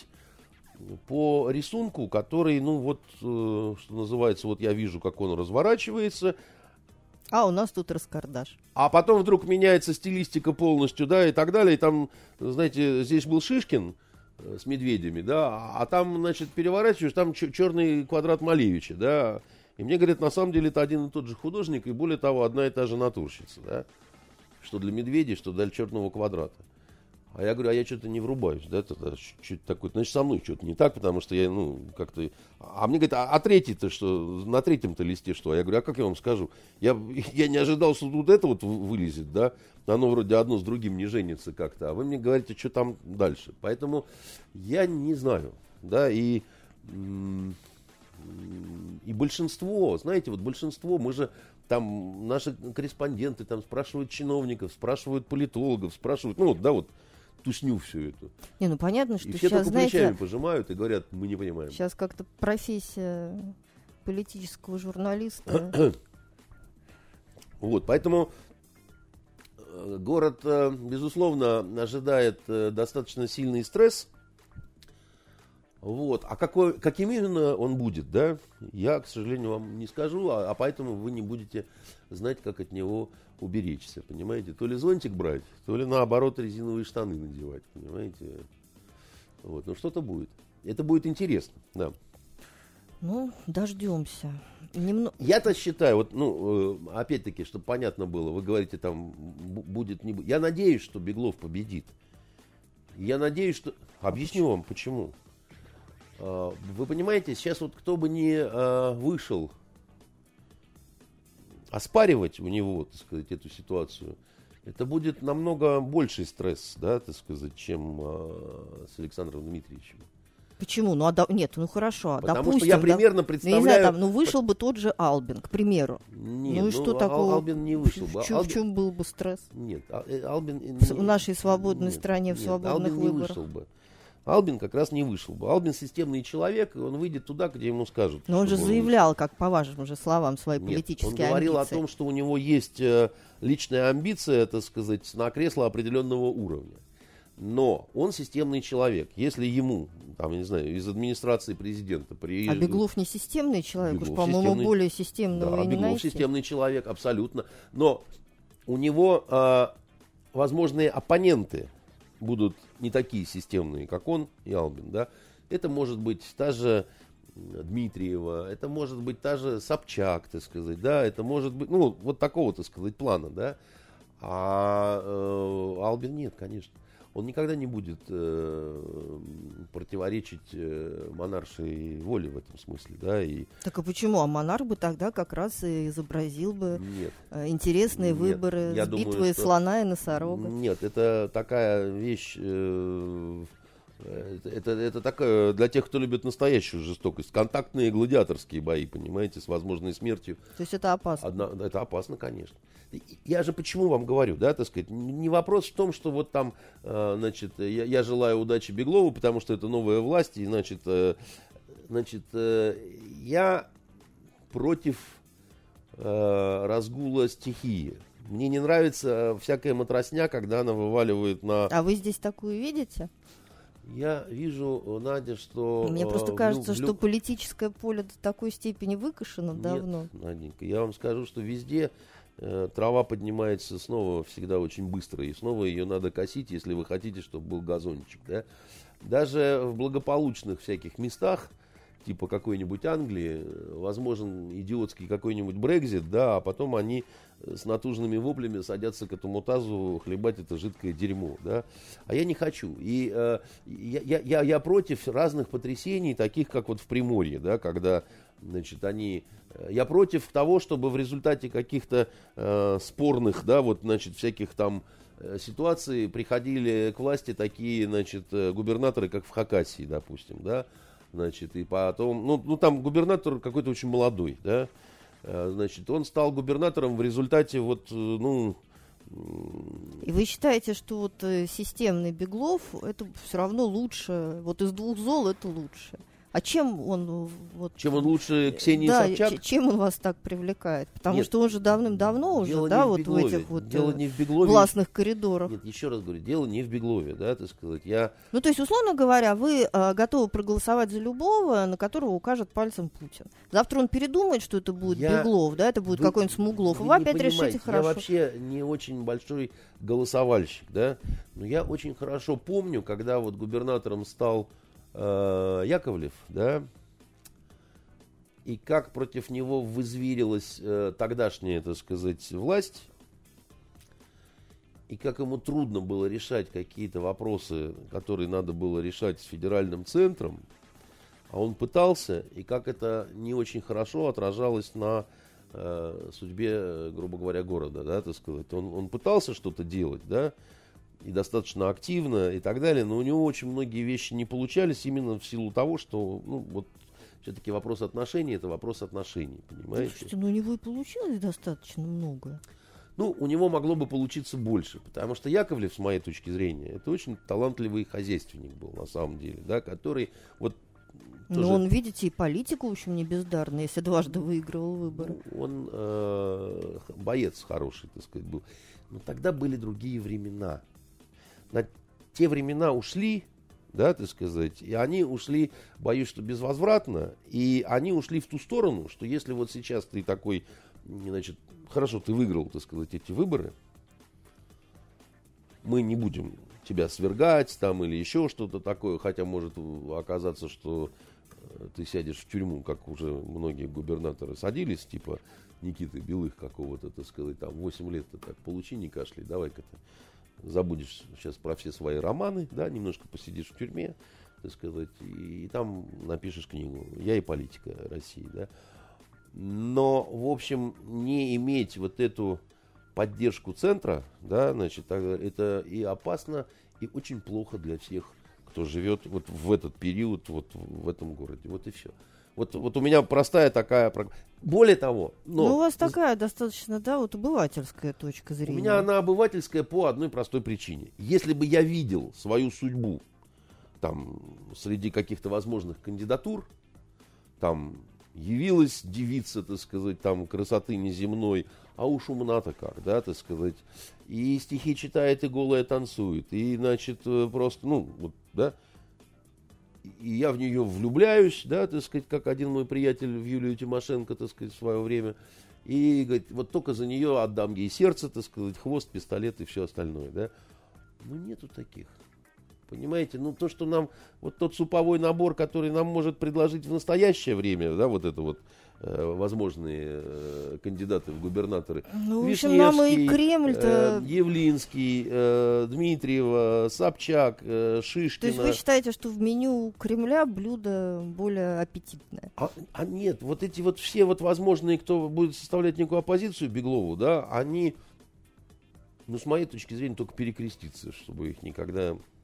по рисунку, который, ну вот, э, что называется, вот я вижу, как он разворачивается. А у нас тут раскардаш. А потом вдруг меняется стилистика полностью, да, и так далее. И там, знаете, здесь был Шишкин с медведями, да, а там, значит, переворачиваешь, там черный квадрат Малевича, да. И мне говорят, на самом деле это один и тот же художник, и более того, одна и та же натурщица, да. Что для медведя, что для черного квадрата. А я говорю, а я что-то не врубаюсь, да, тогда что-то такое. Значит, со мной что-то не так, потому что я, ну, как-то... А мне говорят, а, а третий-то что, на третьем-то листе что? Я говорю, а как я вам скажу? Я, я не ожидал, что тут это вот вылезет, да, оно вроде одно с другим не женится как-то, а вы мне говорите, что там дальше. Поэтому я не знаю, да, и... И большинство, знаете, вот большинство, мы же там, наши корреспонденты там спрашивают чиновников, спрашивают политологов, спрашивают, ну, вот, да, вот, тусню всю эту. Не, ну понятно, что и все сейчас, только знаете, плечами пожимают и говорят, мы не понимаем. Сейчас как-то профессия политического журналиста. Вот, поэтому город, безусловно, ожидает достаточно сильный стресс. Вот. А какой, каким именно он будет, да, я, к сожалению, вам не скажу, а, а поэтому вы не будете знать, как от него уберечься, понимаете? То ли зонтик брать, то ли, наоборот, резиновые штаны надевать, понимаете? Вот. Но что-то будет. Это будет интересно, да. Ну, дождемся. Немно... Я-то считаю, вот, ну, опять-таки, чтобы понятно было, вы говорите, там, будет, не будет. Я надеюсь, что Беглов победит. Я надеюсь, что... Объясню вам, почему. Вы понимаете, сейчас вот кто бы ни э, вышел оспаривать у него, так сказать, эту ситуацию, это будет намного больший стресс, да, так сказать, чем э, с Александром Дмитриевичем. Почему? Ну, а до... нет, ну хорошо, а Потому допустим, что я примерно да, представляю... Ну, не знаю, там, ну, вышел бы тот же Албин, к примеру. Нет, ну, и что ну, такого? Албин не вышел бы. В, в, Албин... в чем был бы стресс? Нет, Албин... В нашей свободной нет, стране, в нет, свободных Албин выборах. не вышел бы. Албин как раз не вышел бы. Албин системный человек, и он выйдет туда, где ему скажут. Но он же заявлял, как по вашим же словам, свои Нет, политические амбиции. Он говорил амбиции. о том, что у него есть э, личная амбиция, так сказать, на кресло определенного уровня. Но он системный человек. Если ему, там, я не знаю, из администрации президента приедет... А Беглов не системный человек? Беглов уж, по-моему, системный... более системного да, и не Беглов найти. системный человек, абсолютно. Но у него э, возможные оппоненты будут не такие системные, как он и Албин, да. Это может быть та же Дмитриева, это может быть та же Собчак, так сказать, да, это может быть, ну, вот такого, так сказать, плана, да. А э, Албин нет, конечно. Он никогда не будет э, противоречить э, монаршей воле в этом смысле, да. И... Так а почему? А монарх бы тогда как раз и изобразил бы Нет. интересные Нет, выборы я с думаю, битвой что... слона и носорога. Нет, это такая вещь, э, Это, это, это такое для тех, кто любит настоящую жестокость. Контактные гладиаторские бои, понимаете, с возможной смертью. То есть это опасно? Одна, это опасно, конечно. Я же почему вам говорю, да, так сказать, не вопрос в том, что вот там, значит, я, я желаю удачи Беглову, потому что это новая власть, и, значит, значит я против разгула стихии. Мне не нравится всякая матросня, когда она вываливает на... А вы здесь такую видите? Я вижу, Надя, что... Мне просто э, кажется, в, что политическое поле до такой степени выкашено Нет, давно. Наденька, я вам скажу, что везде э, трава поднимается снова всегда очень быстро, и снова ее надо косить, если вы хотите, чтобы был газончик. Да? Даже в благополучных всяких местах, типа какой-нибудь Англии, возможен идиотский какой-нибудь Брекзит, да, а потом они с натужными воплями садятся к этому тазу хлебать это жидкое дерьмо, да. А я не хочу. И э, я, я, я против разных потрясений, таких как вот в Приморье, да, когда, значит, они... Я против того, чтобы в результате каких-то э, спорных, да, вот, значит, всяких там ситуаций приходили к власти такие, значит, губернаторы, как в Хакасии, допустим, да. Значит, и потом, ну, ну там губернатор какой-то очень молодой, да, значит, он стал губернатором в результате вот, ну... И вы считаете, что вот системный Беглов, это все равно лучше, вот из двух зол это лучше? А чем он... Вот, чем он лучше Ксении да, Собчак? Чем он вас так привлекает? Потому Нет, что он же давным-давно уже, да, вот в этих вот дело не в Беглове. властных коридорах. Нет, еще раз говорю, дело не в Беглове, да, так сказать. Я... Ну, то есть, условно говоря, вы а, готовы проголосовать за любого, на которого укажет пальцем Путин. Завтра он передумает, что это будет я... Беглов, да, это будет вы... какой-нибудь Смуглов, вы и вы опять понимаете, решите хорошо. Я вообще не очень большой голосовальщик, да, но я очень хорошо помню, когда вот губернатором стал э, Яковлев, да, и как против него вызверилась э, тогдашняя, так сказать, власть, и как ему трудно было решать какие-то вопросы, которые надо было решать с федеральным центром, а он пытался, и как это не очень хорошо отражалось на э, судьбе, грубо говоря, города, да, так сказать. Он, он пытался что-то делать, да, и достаточно активно, и так далее, но у него очень многие вещи не получались именно в силу того, что, ну, вот, все-таки вопрос отношений – это вопрос отношений, понимаете? Слушайте, ну у него и получилось достаточно много. Ну, у него могло бы получиться больше, потому что Яковлев, с моей точки зрения, это очень талантливый хозяйственник был, на самом деле, да, который вот... Ну, тоже... он, видите, и политику, в общем, не бездарный, если дважды выигрывал выборы. Ну, он э, боец хороший, так сказать, был. Но тогда были другие времена. На те времена ушли... Да, так сказать, и они ушли, боюсь, что безвозвратно, и они ушли в ту сторону, что если вот сейчас ты такой, значит, хорошо, ты выиграл, так сказать, эти выборы, мы не будем тебя свергать там или еще что-то такое, хотя может оказаться, что ты сядешь в тюрьму, как уже многие губернаторы садились, типа Никиты Белых какого-то, так сказать, там восемь лет ты так получи, не кашляй, давай-ка ты. Забудешь сейчас про все свои романы, да, немножко посидишь в тюрьме, так сказать, и, и там напишешь книгу «Я и политика России», да. Но, в общем, не иметь вот эту поддержку центра, да, значит, это и опасно, и очень плохо для всех, кто живет вот в этот период, вот в этом городе. Вот и все. Вот, вот у меня простая такая... Более того... Но, ну, у вас такая достаточно, да, вот обывательская точка зрения. У меня она обывательская по одной простой причине. Если бы я видел свою судьбу там, среди каких-то возможных кандидатур, там явилась девица, так сказать, там красоты неземной, а уж умна-то как, да, так сказать, и стихи читает, и голая танцует, и, значит, просто, ну, вот, да, и я в нее влюбляюсь, да, так сказать, как один мой приятель в Юлию Тимошенко, так сказать, в свое время. И говорит, вот только за нее отдам ей сердце, так сказать, хвост, пистолет и все остальное, да. Ну, нету таких. Понимаете, ну, то, что нам, вот тот суповой набор, который нам может предложить в настоящее время, да, вот это вот, э, возможные э, кандидаты в губернаторы. Ну, в общем, нам и Кремль-то... Э, Явлинский, э, Дмитриева, Собчак, э, Шишкина. То есть вы считаете, что в меню Кремля блюдо более аппетитное? А, а нет, вот эти вот все вот возможные, кто будет составлять некую оппозицию Беглову, да, они, ну, с моей точки зрения, только перекреститься, чтобы их никогда...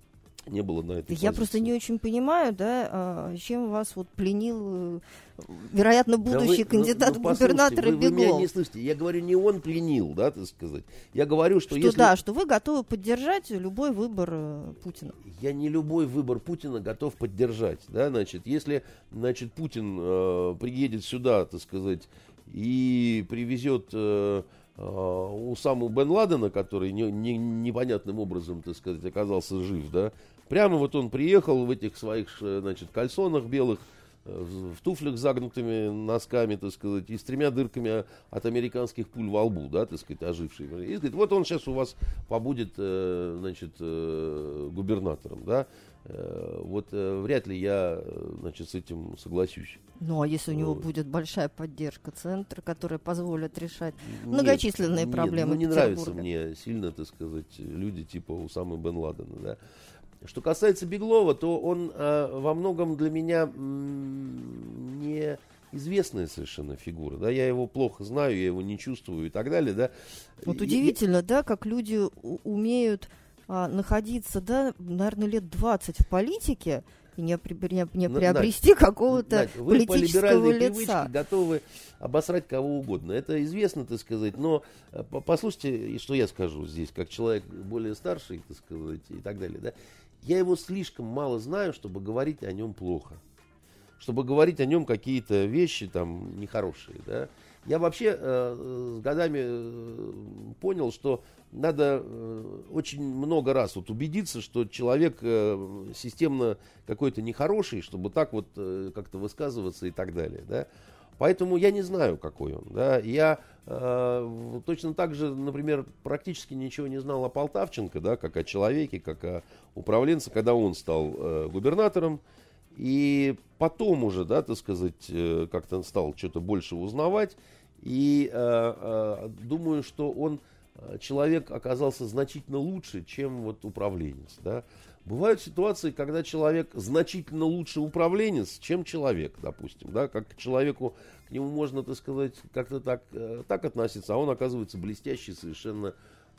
не было на этой Я позиции. просто не очень понимаю, да, чем вас вот пленил, вероятно, будущий да вы, кандидат ну, в ну, губернатора вы, вы Беглов. Вы меня не слышите. Я говорю, не он пленил, да, так сказать. Я говорю, что, что если... да, что вы готовы поддержать любой выбор э, Путина. Я не любой выбор Путина готов поддержать, да, значит, если, значит, Путин э, приедет сюда, так сказать, и привезет э, э, Усаму бен Ладена, который не, не, непонятным образом, так сказать, оказался жив, да, прямо вот он приехал в этих своих, значит, кальсонах белых, в туфлях с загнутыми носками, так сказать, и с тремя дырками от американских пуль во лбу, да, так сказать, оживший. И говорит, вот он сейчас у вас побудет, значит, губернатором, да. Вот вряд ли я, значит, с этим согласюсь. Ну, а если у него будет большая поддержка центра, которая позволит решать многочисленные нет, проблемы нет, ну, не Петербурга? нравятся мне сильно, так сказать, люди типа Усамы бен Ладена, да. Что касается Беглова, то он э, во многом для меня м- неизвестная совершенно фигура. Да? Я его плохо знаю, я его не чувствую и так далее. Да? Вот я, удивительно, я... да, как люди у- умеют а, находиться, да, наверное, лет двадцать в политике и не, при, не, не приобрести Надь, какого-то Надь, политического вы по либеральной лица. Привычке готовы обосрать кого угодно. Это известно, так сказать, но послушайте, что я скажу здесь, как человек более старший, так сказать, и так далее, да. Я его слишком мало знаю, чтобы говорить о нем плохо. Чтобы говорить о нем какие-то вещи там нехорошие. Да? Я вообще э, с годами э, понял, что надо э, очень много раз вот убедиться, что человек э, системно какой-то нехороший, чтобы так вот э, как-то высказываться и так далее. Да? Поэтому я не знаю, какой он. Да? Я э, точно так же, например, практически ничего не знал о Полтавченко, да, как о человеке, как о управленце, когда он стал э, губернатором. И потом уже, да, так сказать, э, как-то стал что-то больше узнавать. И э, э, думаю, что он, человек, оказался значительно лучше, чем вот управленец. Да? Бывают ситуации, когда человек значительно лучше управленец, чем человек, допустим. Да? Как к человеку, к нему можно, так сказать, как-то так, так относиться, а он оказывается блестящий совершенно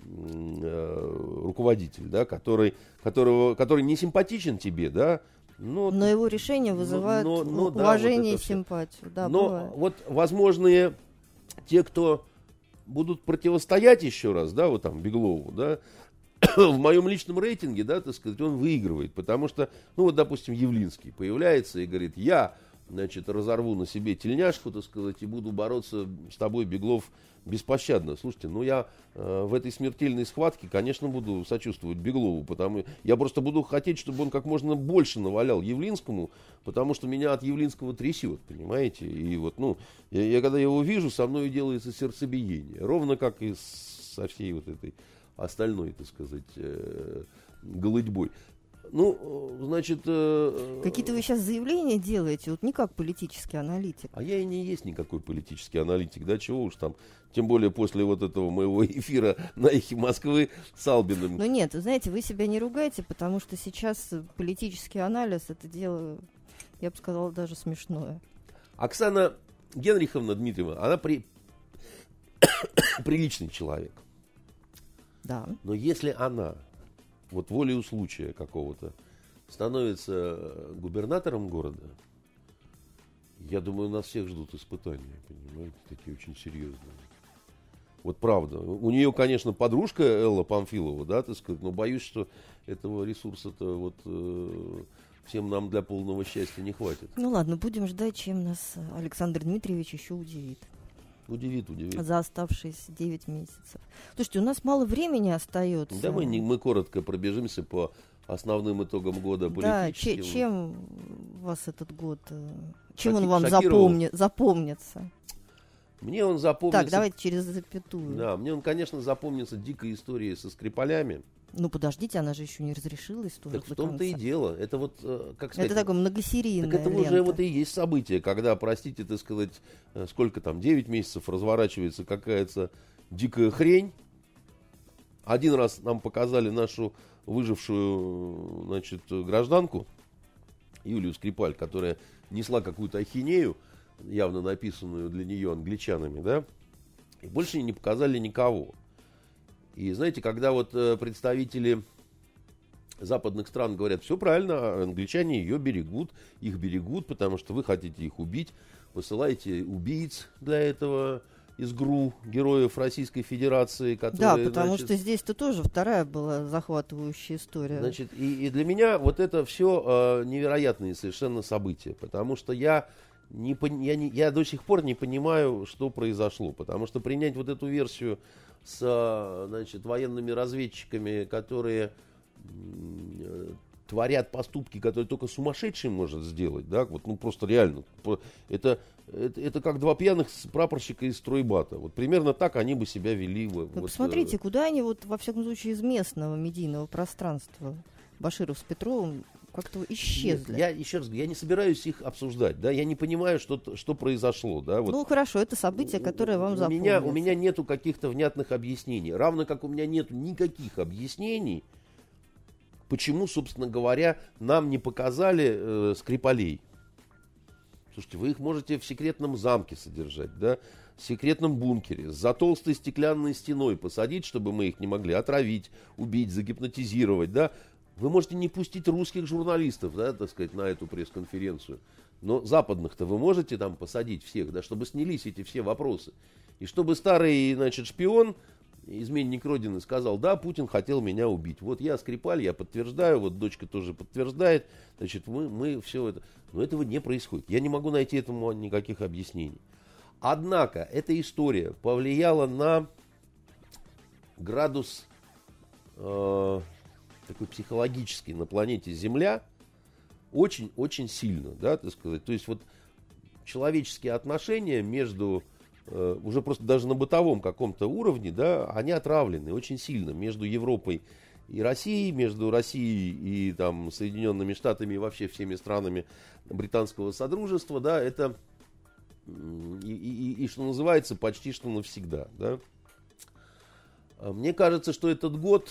э, руководитель, да? который, которого, который не симпатичен тебе, да? Но, но его решение вызывает но, но, уважение да, вот и симпатию. Да, но бывает. Вот возможные те, кто будут противостоять еще раз, да, вот там Беглову, да, в моем личном рейтинге, да, так сказать, он выигрывает, потому что, ну вот, допустим, Явлинский появляется и говорит, я, значит, разорву на себе тельняшку, так сказать, и буду бороться с тобой, Беглов, беспощадно. Слушайте, ну я э, в этой смертельной схватке, конечно, буду сочувствовать Беглову, потому я просто буду хотеть, чтобы он как можно больше навалял Явлинскому, потому что меня от Явлинского трясет, понимаете? И вот, ну, я, я когда его вижу, со мной делается сердцебиение, ровно как и со всей вот этой остальной, так сказать, э, голыдьбой. Ну, значит... Э, Какие-то вы сейчас заявления делаете, вот не как политический аналитик. А я и не есть никакой политический аналитик, да, чего уж там. Тем более после вот этого моего эфира на «Эхе Москвы» с Албиным. Ну нет, вы знаете, вы себя не ругайте, потому что сейчас политический анализ, это дело, я бы сказала, даже смешное. Оксана Генриховна Дмитриева, она при... приличный человек. Да. Но если она... вот волею случая какого-то, становится губернатором города, я думаю, нас всех ждут испытания, понимаете, такие очень серьезные. Вот правда. У нее, конечно, подружка Элла Памфилова, да, так сказать, но боюсь, что этого ресурса-то вот э, всем нам для полного счастья не хватит. Ну ладно, будем ждать, чем нас Александр Дмитриевич еще удивит. Удивит, удивит. За оставшиеся девять месяцев. Слушайте, у нас мало времени остается. Да, мы, не, мы коротко пробежимся по основным итогам года политическим. Да, че, чем вас этот год, чем Шоки, он вам шокировал. запомни, запомнится? Мне он запомнится... Так, давайте через запятую. Да, мне он, конечно, запомнится дикой историей со Скрипалями. Ну, подождите, она же еще не разрешила историю. Так в том-то и дело. Это вот, как сказать... Это такое многосерийное. Так это лента. уже вот и есть событие, когда, простите, так сказать, сколько там, девять месяцев разворачивается какая-то дикая хрень. Один раз нам показали нашу выжившую, значит, гражданку, Юлию Скрипаль, которая несла какую-то ахинею, явно написанную для нее англичанами, да, и больше не показали никого. И знаете, когда вот представители западных стран говорят, все правильно, англичане ее берегут, их берегут, потому что вы хотите их убить, посылаете убийц для этого из ГРУ, героев Российской Федерации, которые... Да, потому значит, что здесь-то тоже вторая была захватывающая история. Значит, и, и для меня вот это все э, невероятные совершенно события, потому что я, не, я, не, я до сих пор не понимаю, что произошло, потому что принять вот эту версию с, значит, военными разведчиками, которые э, творят поступки, которые только сумасшедший может сделать, да, вот, ну просто реально, это, это, это как два пьяных прапорщика из стройбата, вот примерно так они бы себя вели. Вы вот, посмотрите, куда они, вот, во всяком случае, из местного медийного пространства, Баширов с Петровым, как-то исчезли. Нет, я еще раз говорю, я не собираюсь их обсуждать, да, я не понимаю, что, что произошло, да. Вот. Ну хорошо, это событие, которое вам запомнилось. У меня, у меня нету каких-то внятных объяснений, равно как у меня нету никаких объяснений, почему, собственно говоря, нам не показали э, Скрипалей. Слушайте, вы их можете в секретном замке содержать, да, в секретном бункере, за толстой стеклянной стеной посадить, чтобы мы их не могли отравить, убить, загипнотизировать, да. Вы можете не пустить русских журналистов, да, так сказать, на эту пресс-конференцию, но западных-то вы можете там посадить всех, да, чтобы снялись эти все вопросы. И чтобы старый, значит, шпион, изменник Родины, сказал, да, Путин хотел меня убить. Вот я Скрипаль, я подтверждаю, вот дочка тоже подтверждает, значит, мы, мы все это... Но этого не происходит. Я не могу найти этому никаких объяснений. Однако, эта история повлияла на градус э, такой психологический на планете Земля очень-очень сильно, да, так сказать. То есть вот человеческие отношения между... уже просто даже на бытовом каком-то уровне, да, они отравлены очень сильно между Европой и Россией, между Россией и там, Соединенными Штатами и вообще всеми странами британского содружества, да, это и, и, и, что называется, почти что навсегда, да. Мне кажется, что этот год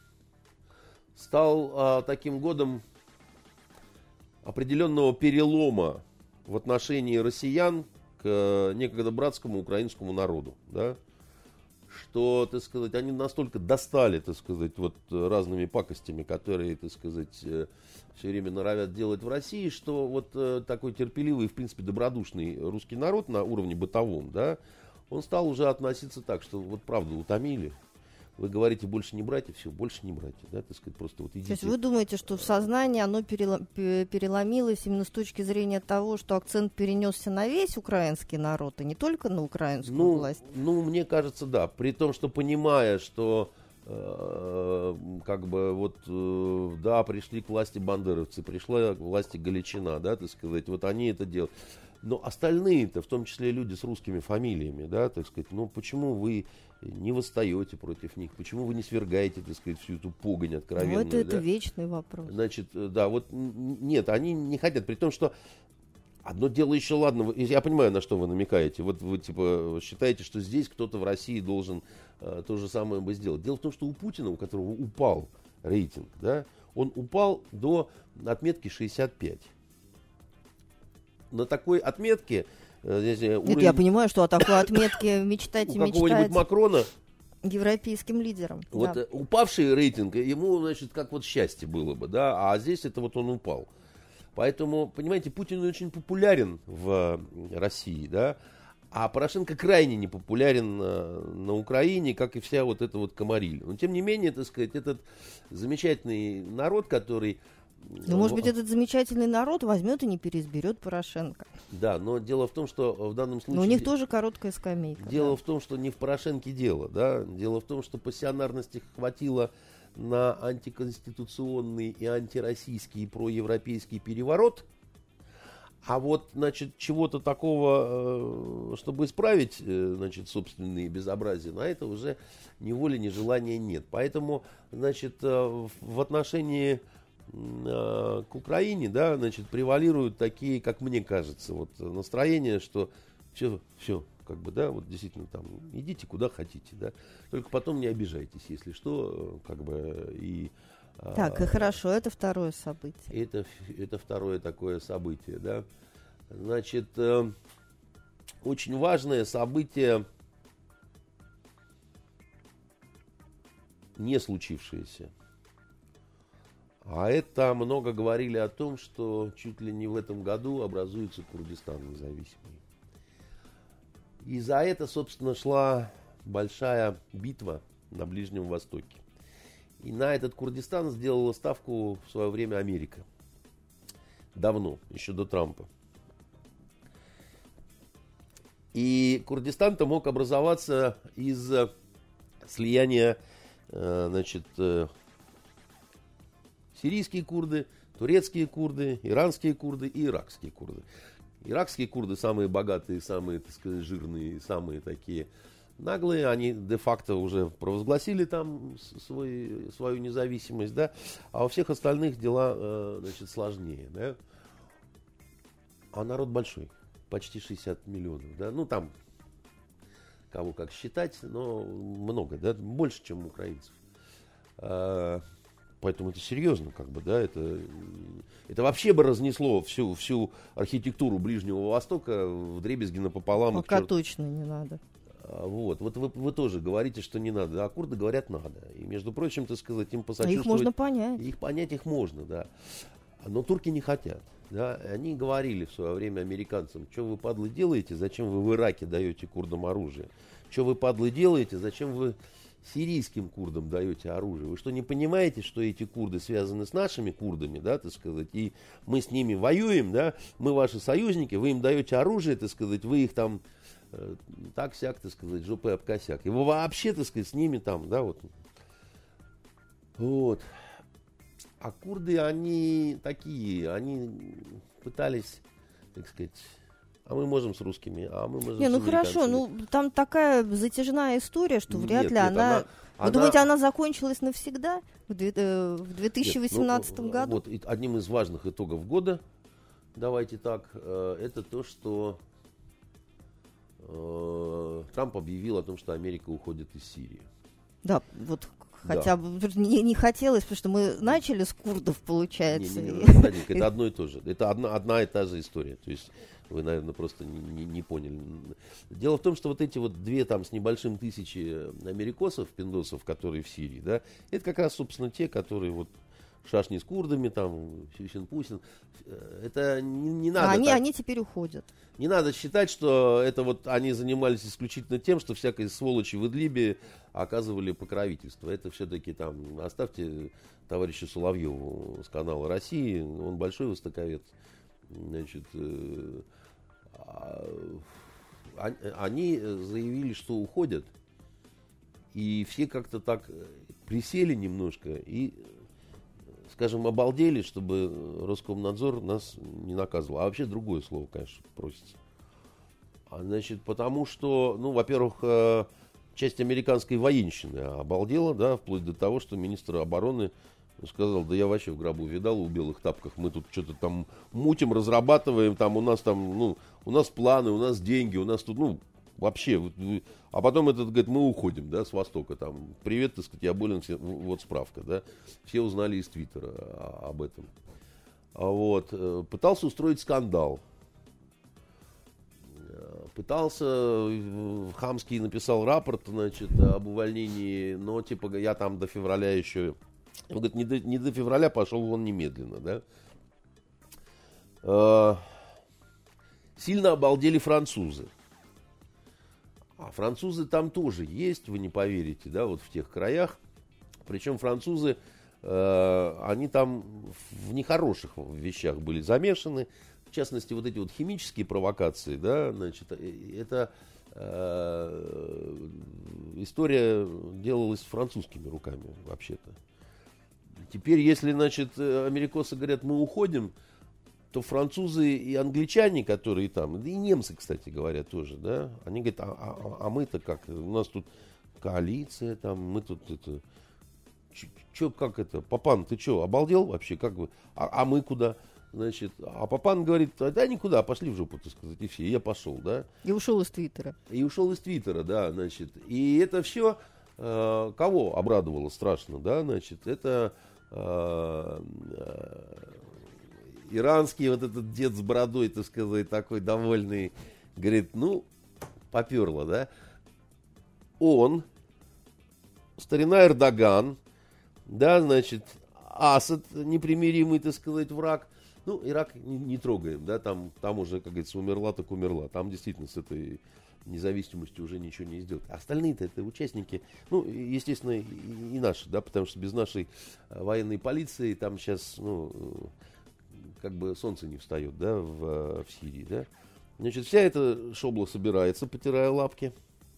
стал а, таким годом определенного перелома в отношении россиян к некогда братскому украинскому народу, да, что, так сказать, они настолько достали, так сказать, вот разными пакостями, которые, так сказать, все время норовят делать в России, что вот такой терпеливый, в принципе, добродушный русский народ на уровне бытовом, да, он стал уже относиться так, что вот правда утомили. Вы говорите, больше не братья, все, больше не братья, да, так сказать, просто вот идите. То есть вы думаете, что в сознании оно переломилось именно с точки зрения того, что акцент перенесся на весь украинский народ, и не только на украинскую ну, власть? Ну, мне кажется, да. При том, что понимая, что э, как бы вот, э, да, пришли к власти бандеровцы, пришла к власти Галичина, да, так сказать, вот они это делают. Но остальные-то, в том числе люди с русскими фамилиями, да, так сказать, ну почему вы не восстаете против них, почему вы не свергаете, так сказать, всю эту погонь откровенную? Ну, это, это да? вечный вопрос. Значит, да, вот нет, они не хотят, при том, что одно дело еще, ладно, я понимаю, на что вы намекаете, вот вы типа считаете, что здесь кто-то в России должен э, то же самое бы сделать. Дело в том, что у Путина, у которого упал рейтинг, да, он упал до отметки шестьдесят пять. На такой отметке... Здесь, Нет, уровень... я понимаю, что о такой отметке мечтать и мечтать... У какого-нибудь Макрона... Европейским лидером. Вот да. Упавший рейтинг, ему, значит, как вот счастье было бы, да, а здесь это вот он упал. Поэтому, понимаете, Путин очень популярен в России, да, а Порошенко крайне непопулярен на, на Украине, как и вся вот эта вот комарилья. Но, тем не менее, так сказать, этот замечательный народ, который... Ну, может быть, этот замечательный народ возьмет и не переизберет Порошенко. Да, но дело в том, что в данном случае... Но у них тоже короткая скамейка. Дело да. в том, что не в Порошенке дело, да. Дело в том, что пассионарности хватило на антиконституционный и антироссийский и проевропейский переворот. А вот, значит, чего-то такого, чтобы исправить, значит, собственные безобразия, на это уже ни воли, ни желания нет. Поэтому, значит, в отношении... к Украине, да, значит, превалируют такие, как мне кажется, вот настроения, что все, все, как бы, да, вот действительно там, идите куда хотите, да, только потом не обижайтесь, если что, как бы, и... Так, и хорошо, это второе событие. Это, это второе такое событие, да. Значит, э, очень важное событие, не случившееся. А это много говорили о том, что чуть ли не в этом году образуется Курдистан независимый. И за это, собственно, шла большая битва на Ближнем Востоке. И на этот Курдистан сделала ставку в свое время Америка. Давно, еще до Трампа. И Курдистан-то мог образоваться из слияния, значит, сирийские курды, турецкие курды, иранские курды и иракские курды. Иракские курды самые богатые, самые, так сказать, жирные, самые такие наглые. Они де-факто уже провозгласили там свой, свою независимость, да. А у всех остальных дела, значит, сложнее, да. А народ большой, почти шестьдесят миллионов, да. Ну, там, кого как считать, но много, да, больше, чем украинцев. Поэтому это серьезно, как бы, да, это, это вообще бы разнесло всю, всю архитектуру Ближнего Востока вдребезги напополам. Пока черт... точно не надо. Вот, вот вы, вы тоже говорите, что не надо, а курды говорят надо. И, между прочим, так сказать, им посочувствовать. Их можно понять. Их понять их можно, да. Но турки не хотят. Да. Они говорили в свое время американцам: что вы, падлы, делаете, зачем вы в Ираке даете курдам оружие? Что вы, падлы, делаете, зачем вы сирийским курдам даете оружие? Вы что, не понимаете, что эти курды связаны с нашими курдами, да, так сказать, и мы с ними воюем, да, мы ваши союзники, вы им даете оружие, так сказать, вы их там э, так-сяк, так сказать, жопой об косяк. И вы вообще, так сказать, с ними там, да, вот. Вот. А курды, они такие, они пытались, так сказать... А мы можем с русскими, а мы можем не, с ну хорошо, ну там такая затяжная история, что вряд нет, ли нет, она... она... Вы она... думаете, она закончилась навсегда в две тысячи восемнадцатом нет, ну, году? Вот одним из важных итогов года, давайте так, это то, что э, Трамп объявил о том, что Америка уходит из Сирии. Да, вот хотя бы да. не, не хотелось, потому что мы начали с курдов, получается. Не, не, не, Владимир, это одно и то же. Это одна, одна и та же история. То есть вы, наверное, просто не, не, не поняли. Дело в том, что вот эти вот две там с небольшим тысячи америкосов, пиндосов, которые в Сирии, да, это как раз, собственно, те, которые вот шашни с курдами, там, Сюсин-Пусин. Это не, не надо. А они, так, они теперь уходят. Не надо считать, что это вот они занимались исключительно тем, что всякой сволочи в Идлибе оказывали покровительство. Это все-таки там, оставьте товарища Соловьеву с канала России, он большой востоковед. Значит, э, а, они заявили, что уходят, и все как-то так присели немножко и, скажем, обалдели, чтобы Роскомнадзор нас не наказывал. А вообще другое слово, конечно, просится. А, значит, потому что, ну, во-первых, часть американской военщины обалдела, да, вплоть до того, что министр обороны сказал: да я вообще в гробу видал в белых тапках, мы тут что-то там мутим, разрабатываем, там у нас там, ну, у нас планы, у нас деньги, у нас тут, ну, вообще. А потом этот говорит: мы уходим, да, с Востока, там, привет, так сказать, я болен, вот справка, да. Все узнали из Твиттера об этом. Вот. Пытался устроить скандал. Пытался, хамский написал рапорт, значит, об увольнении, но, типа, я там до февраля еще... Он говорит, не до, не до февраля, пошел вон немедленно, да. Э, сильно обалдели французы. А французы там тоже есть, вы не поверите, да, вот в тех краях. Причем французы, э, они там в нехороших вещах были замешаны. В частности, вот эти вот химические провокации, да, значит, это э, история делалась французскими руками, вообще-то. Теперь, если, значит, америкосы говорят, мы уходим, то французы и англичане, которые там, да и немцы, кстати говоря, тоже, да, они говорят, а, а, а мы-то как, у нас тут коалиция, там, мы тут это, че, как это, Папан, ты что, обалдел вообще, как вы, а, а мы куда, значит, а Папан говорит, да никуда, пошли в жопу, так сказать, и все, и я пошел, да. И ушел из Твиттера. И ушел из Твиттера, да, значит, и это все, э, кого обрадовало страшно, да, значит, это... иранский вот этот дед с бородой, так сказать, такой довольный, говорит, ну, поперло, да. Он, старина Эрдоган, да, значит, Асад, непримиримый, так сказать, враг. Ну, Ирак не, не трогаем, да, там, там уже, как говорится, умерла, так умерла. Там действительно с этой независимостью уже ничего не сделать. Остальные-то это участники, ну, естественно, и, и наши, да, потому что без нашей военной полиции там сейчас, ну, как бы солнце не встает, да, в, в Сирии, да. Значит, вся эта шобла собирается, потирая лапки.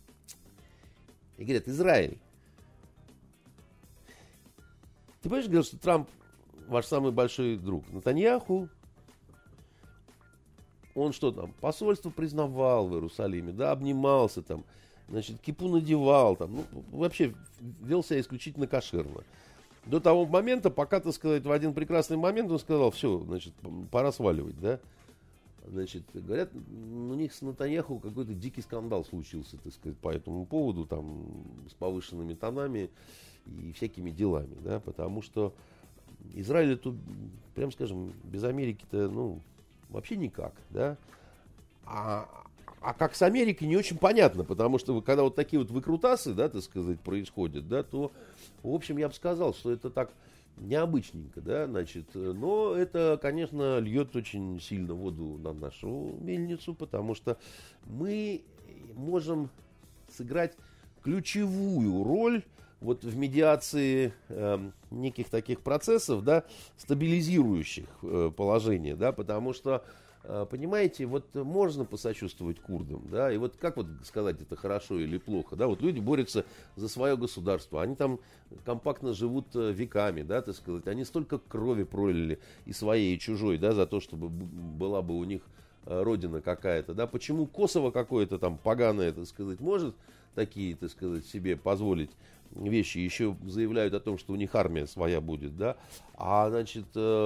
И говорят: Израиль. Ты понимаешь, говорят, что Трамп ваш самый большой друг? Нетаньяху, он что там, посольство признавал в Иерусалиме, да, обнимался там, значит, кипу надевал там, ну, вообще вел себя исключительно кошерно. До того момента, пока, так сказать, в один прекрасный момент он сказал: все, значит, пора сваливать, да. Значит, говорят, у них с Нетаньяху какой-то дикий скандал случился, так сказать, по этому поводу, там, с повышенными тонами и всякими делами, да, потому что Израиль тут, прям скажем, без Америки-то, ну, вообще никак, да, а, а как с Америкой не очень понятно, потому что когда вот такие вот выкрутасы, да, так сказать, происходят, да, то, в общем, я бы сказал, что это так необычненько, да, значит, но это, конечно, льет очень сильно воду на нашу мельницу, потому что мы можем сыграть ключевую роль вот в медиации э, неких таких процессов, да, стабилизирующих э, положение, да, потому что, э, понимаете, вот можно посочувствовать курдам, да, и вот как вот сказать, это хорошо или плохо, да, вот люди борются за свое государство, они там компактно живут веками, да, так сказать, они столько крови пролили и своей, и чужой, да, за то, чтобы была бы у них родина какая-то, да, почему Косово какое-то там поганое, так сказать, может такие, так сказать, себе позволить вещи, еще заявляют о том, что у них армия своя будет, да, а, значит,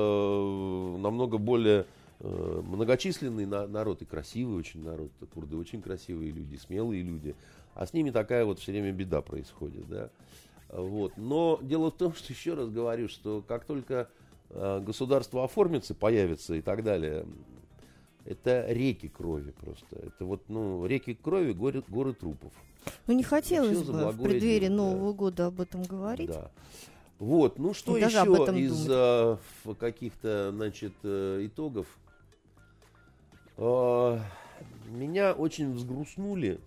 э, намного более э, многочисленный на, народ и красивый очень народ, курды очень красивые люди, смелые люди, а с ними такая вот все время беда происходит, да, вот, но дело в том, что, еще раз говорю, что как только э, государство оформится, появится и так далее, это реки крови просто, это вот, ну, реки крови, горы, горы трупов. Ну, не хотелось бы в преддверии день, Нового да. года об этом говорить. Да. Вот, ну что еще из а, каких-то, значит, итогов? А, меня очень взгрустнули,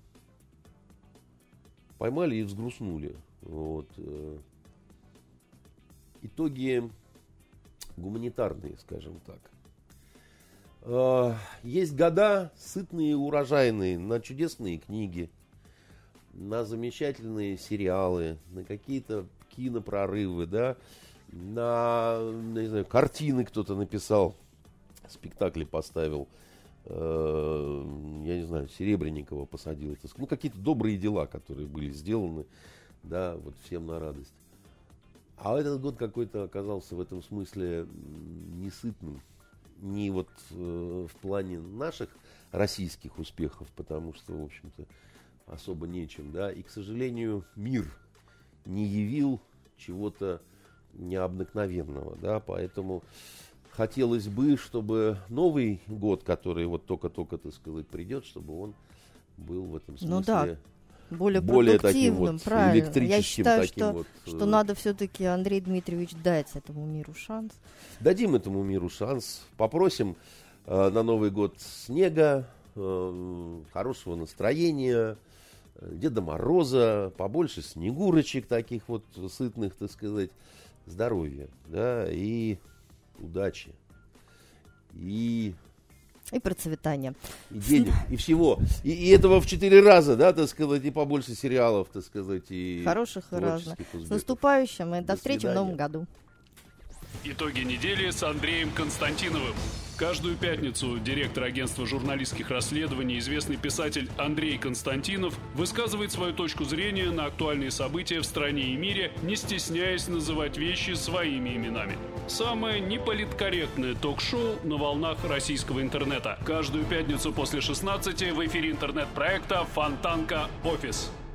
поймали и взгрустнули. Вот. Итоги гуманитарные, скажем так. А, есть года сытные и урожайные на чудесные книги, на замечательные сериалы, на какие-то кинопрорывы, да, на, не знаю, картины кто-то написал, спектакли поставил, э, я не знаю, Серебренникова посадил, ну, какие-то добрые дела, которые были сделаны, да, вот всем на радость. А этот год какой-то оказался в этом смысле несытным, не вот э, в плане наших российских успехов, потому что, в общем-то, особо нечем, да, и, к сожалению, мир не явил чего-то необыкновенного, да, поэтому хотелось бы, чтобы Новый год, который вот только-только, так сказать, придет, чтобы он был в этом смысле... Ну да, более, более продуктивным, вот, правильно. Я считаю, таким что, вот, что надо все-таки, Андрей Дмитриевич, дать этому миру шанс. Дадим этому миру шанс, попросим э, на Новый год снега, э, хорошего настроения, Деда Мороза, побольше снегурочек таких вот сытных, так сказать, здоровья, да, и удачи, и... И процветания. И денег, и всего. И, и этого в четыре раза, да, так сказать, и побольше сериалов, так сказать, и хороших и разных. С наступающим, и до, до встречи свидания. В Новом году. Итоги недели с Андреем Константиновым. Каждую пятницу директор агентства журналистских расследований, известный писатель Андрей Константинов, высказывает свою точку зрения на актуальные события в стране и мире, не стесняясь называть вещи своими именами. Самое неполиткорректное ток-шоу на волнах российского интернета. Каждую пятницу после шестнадцати в эфире интернет-проекта «Фонтанка. Офис».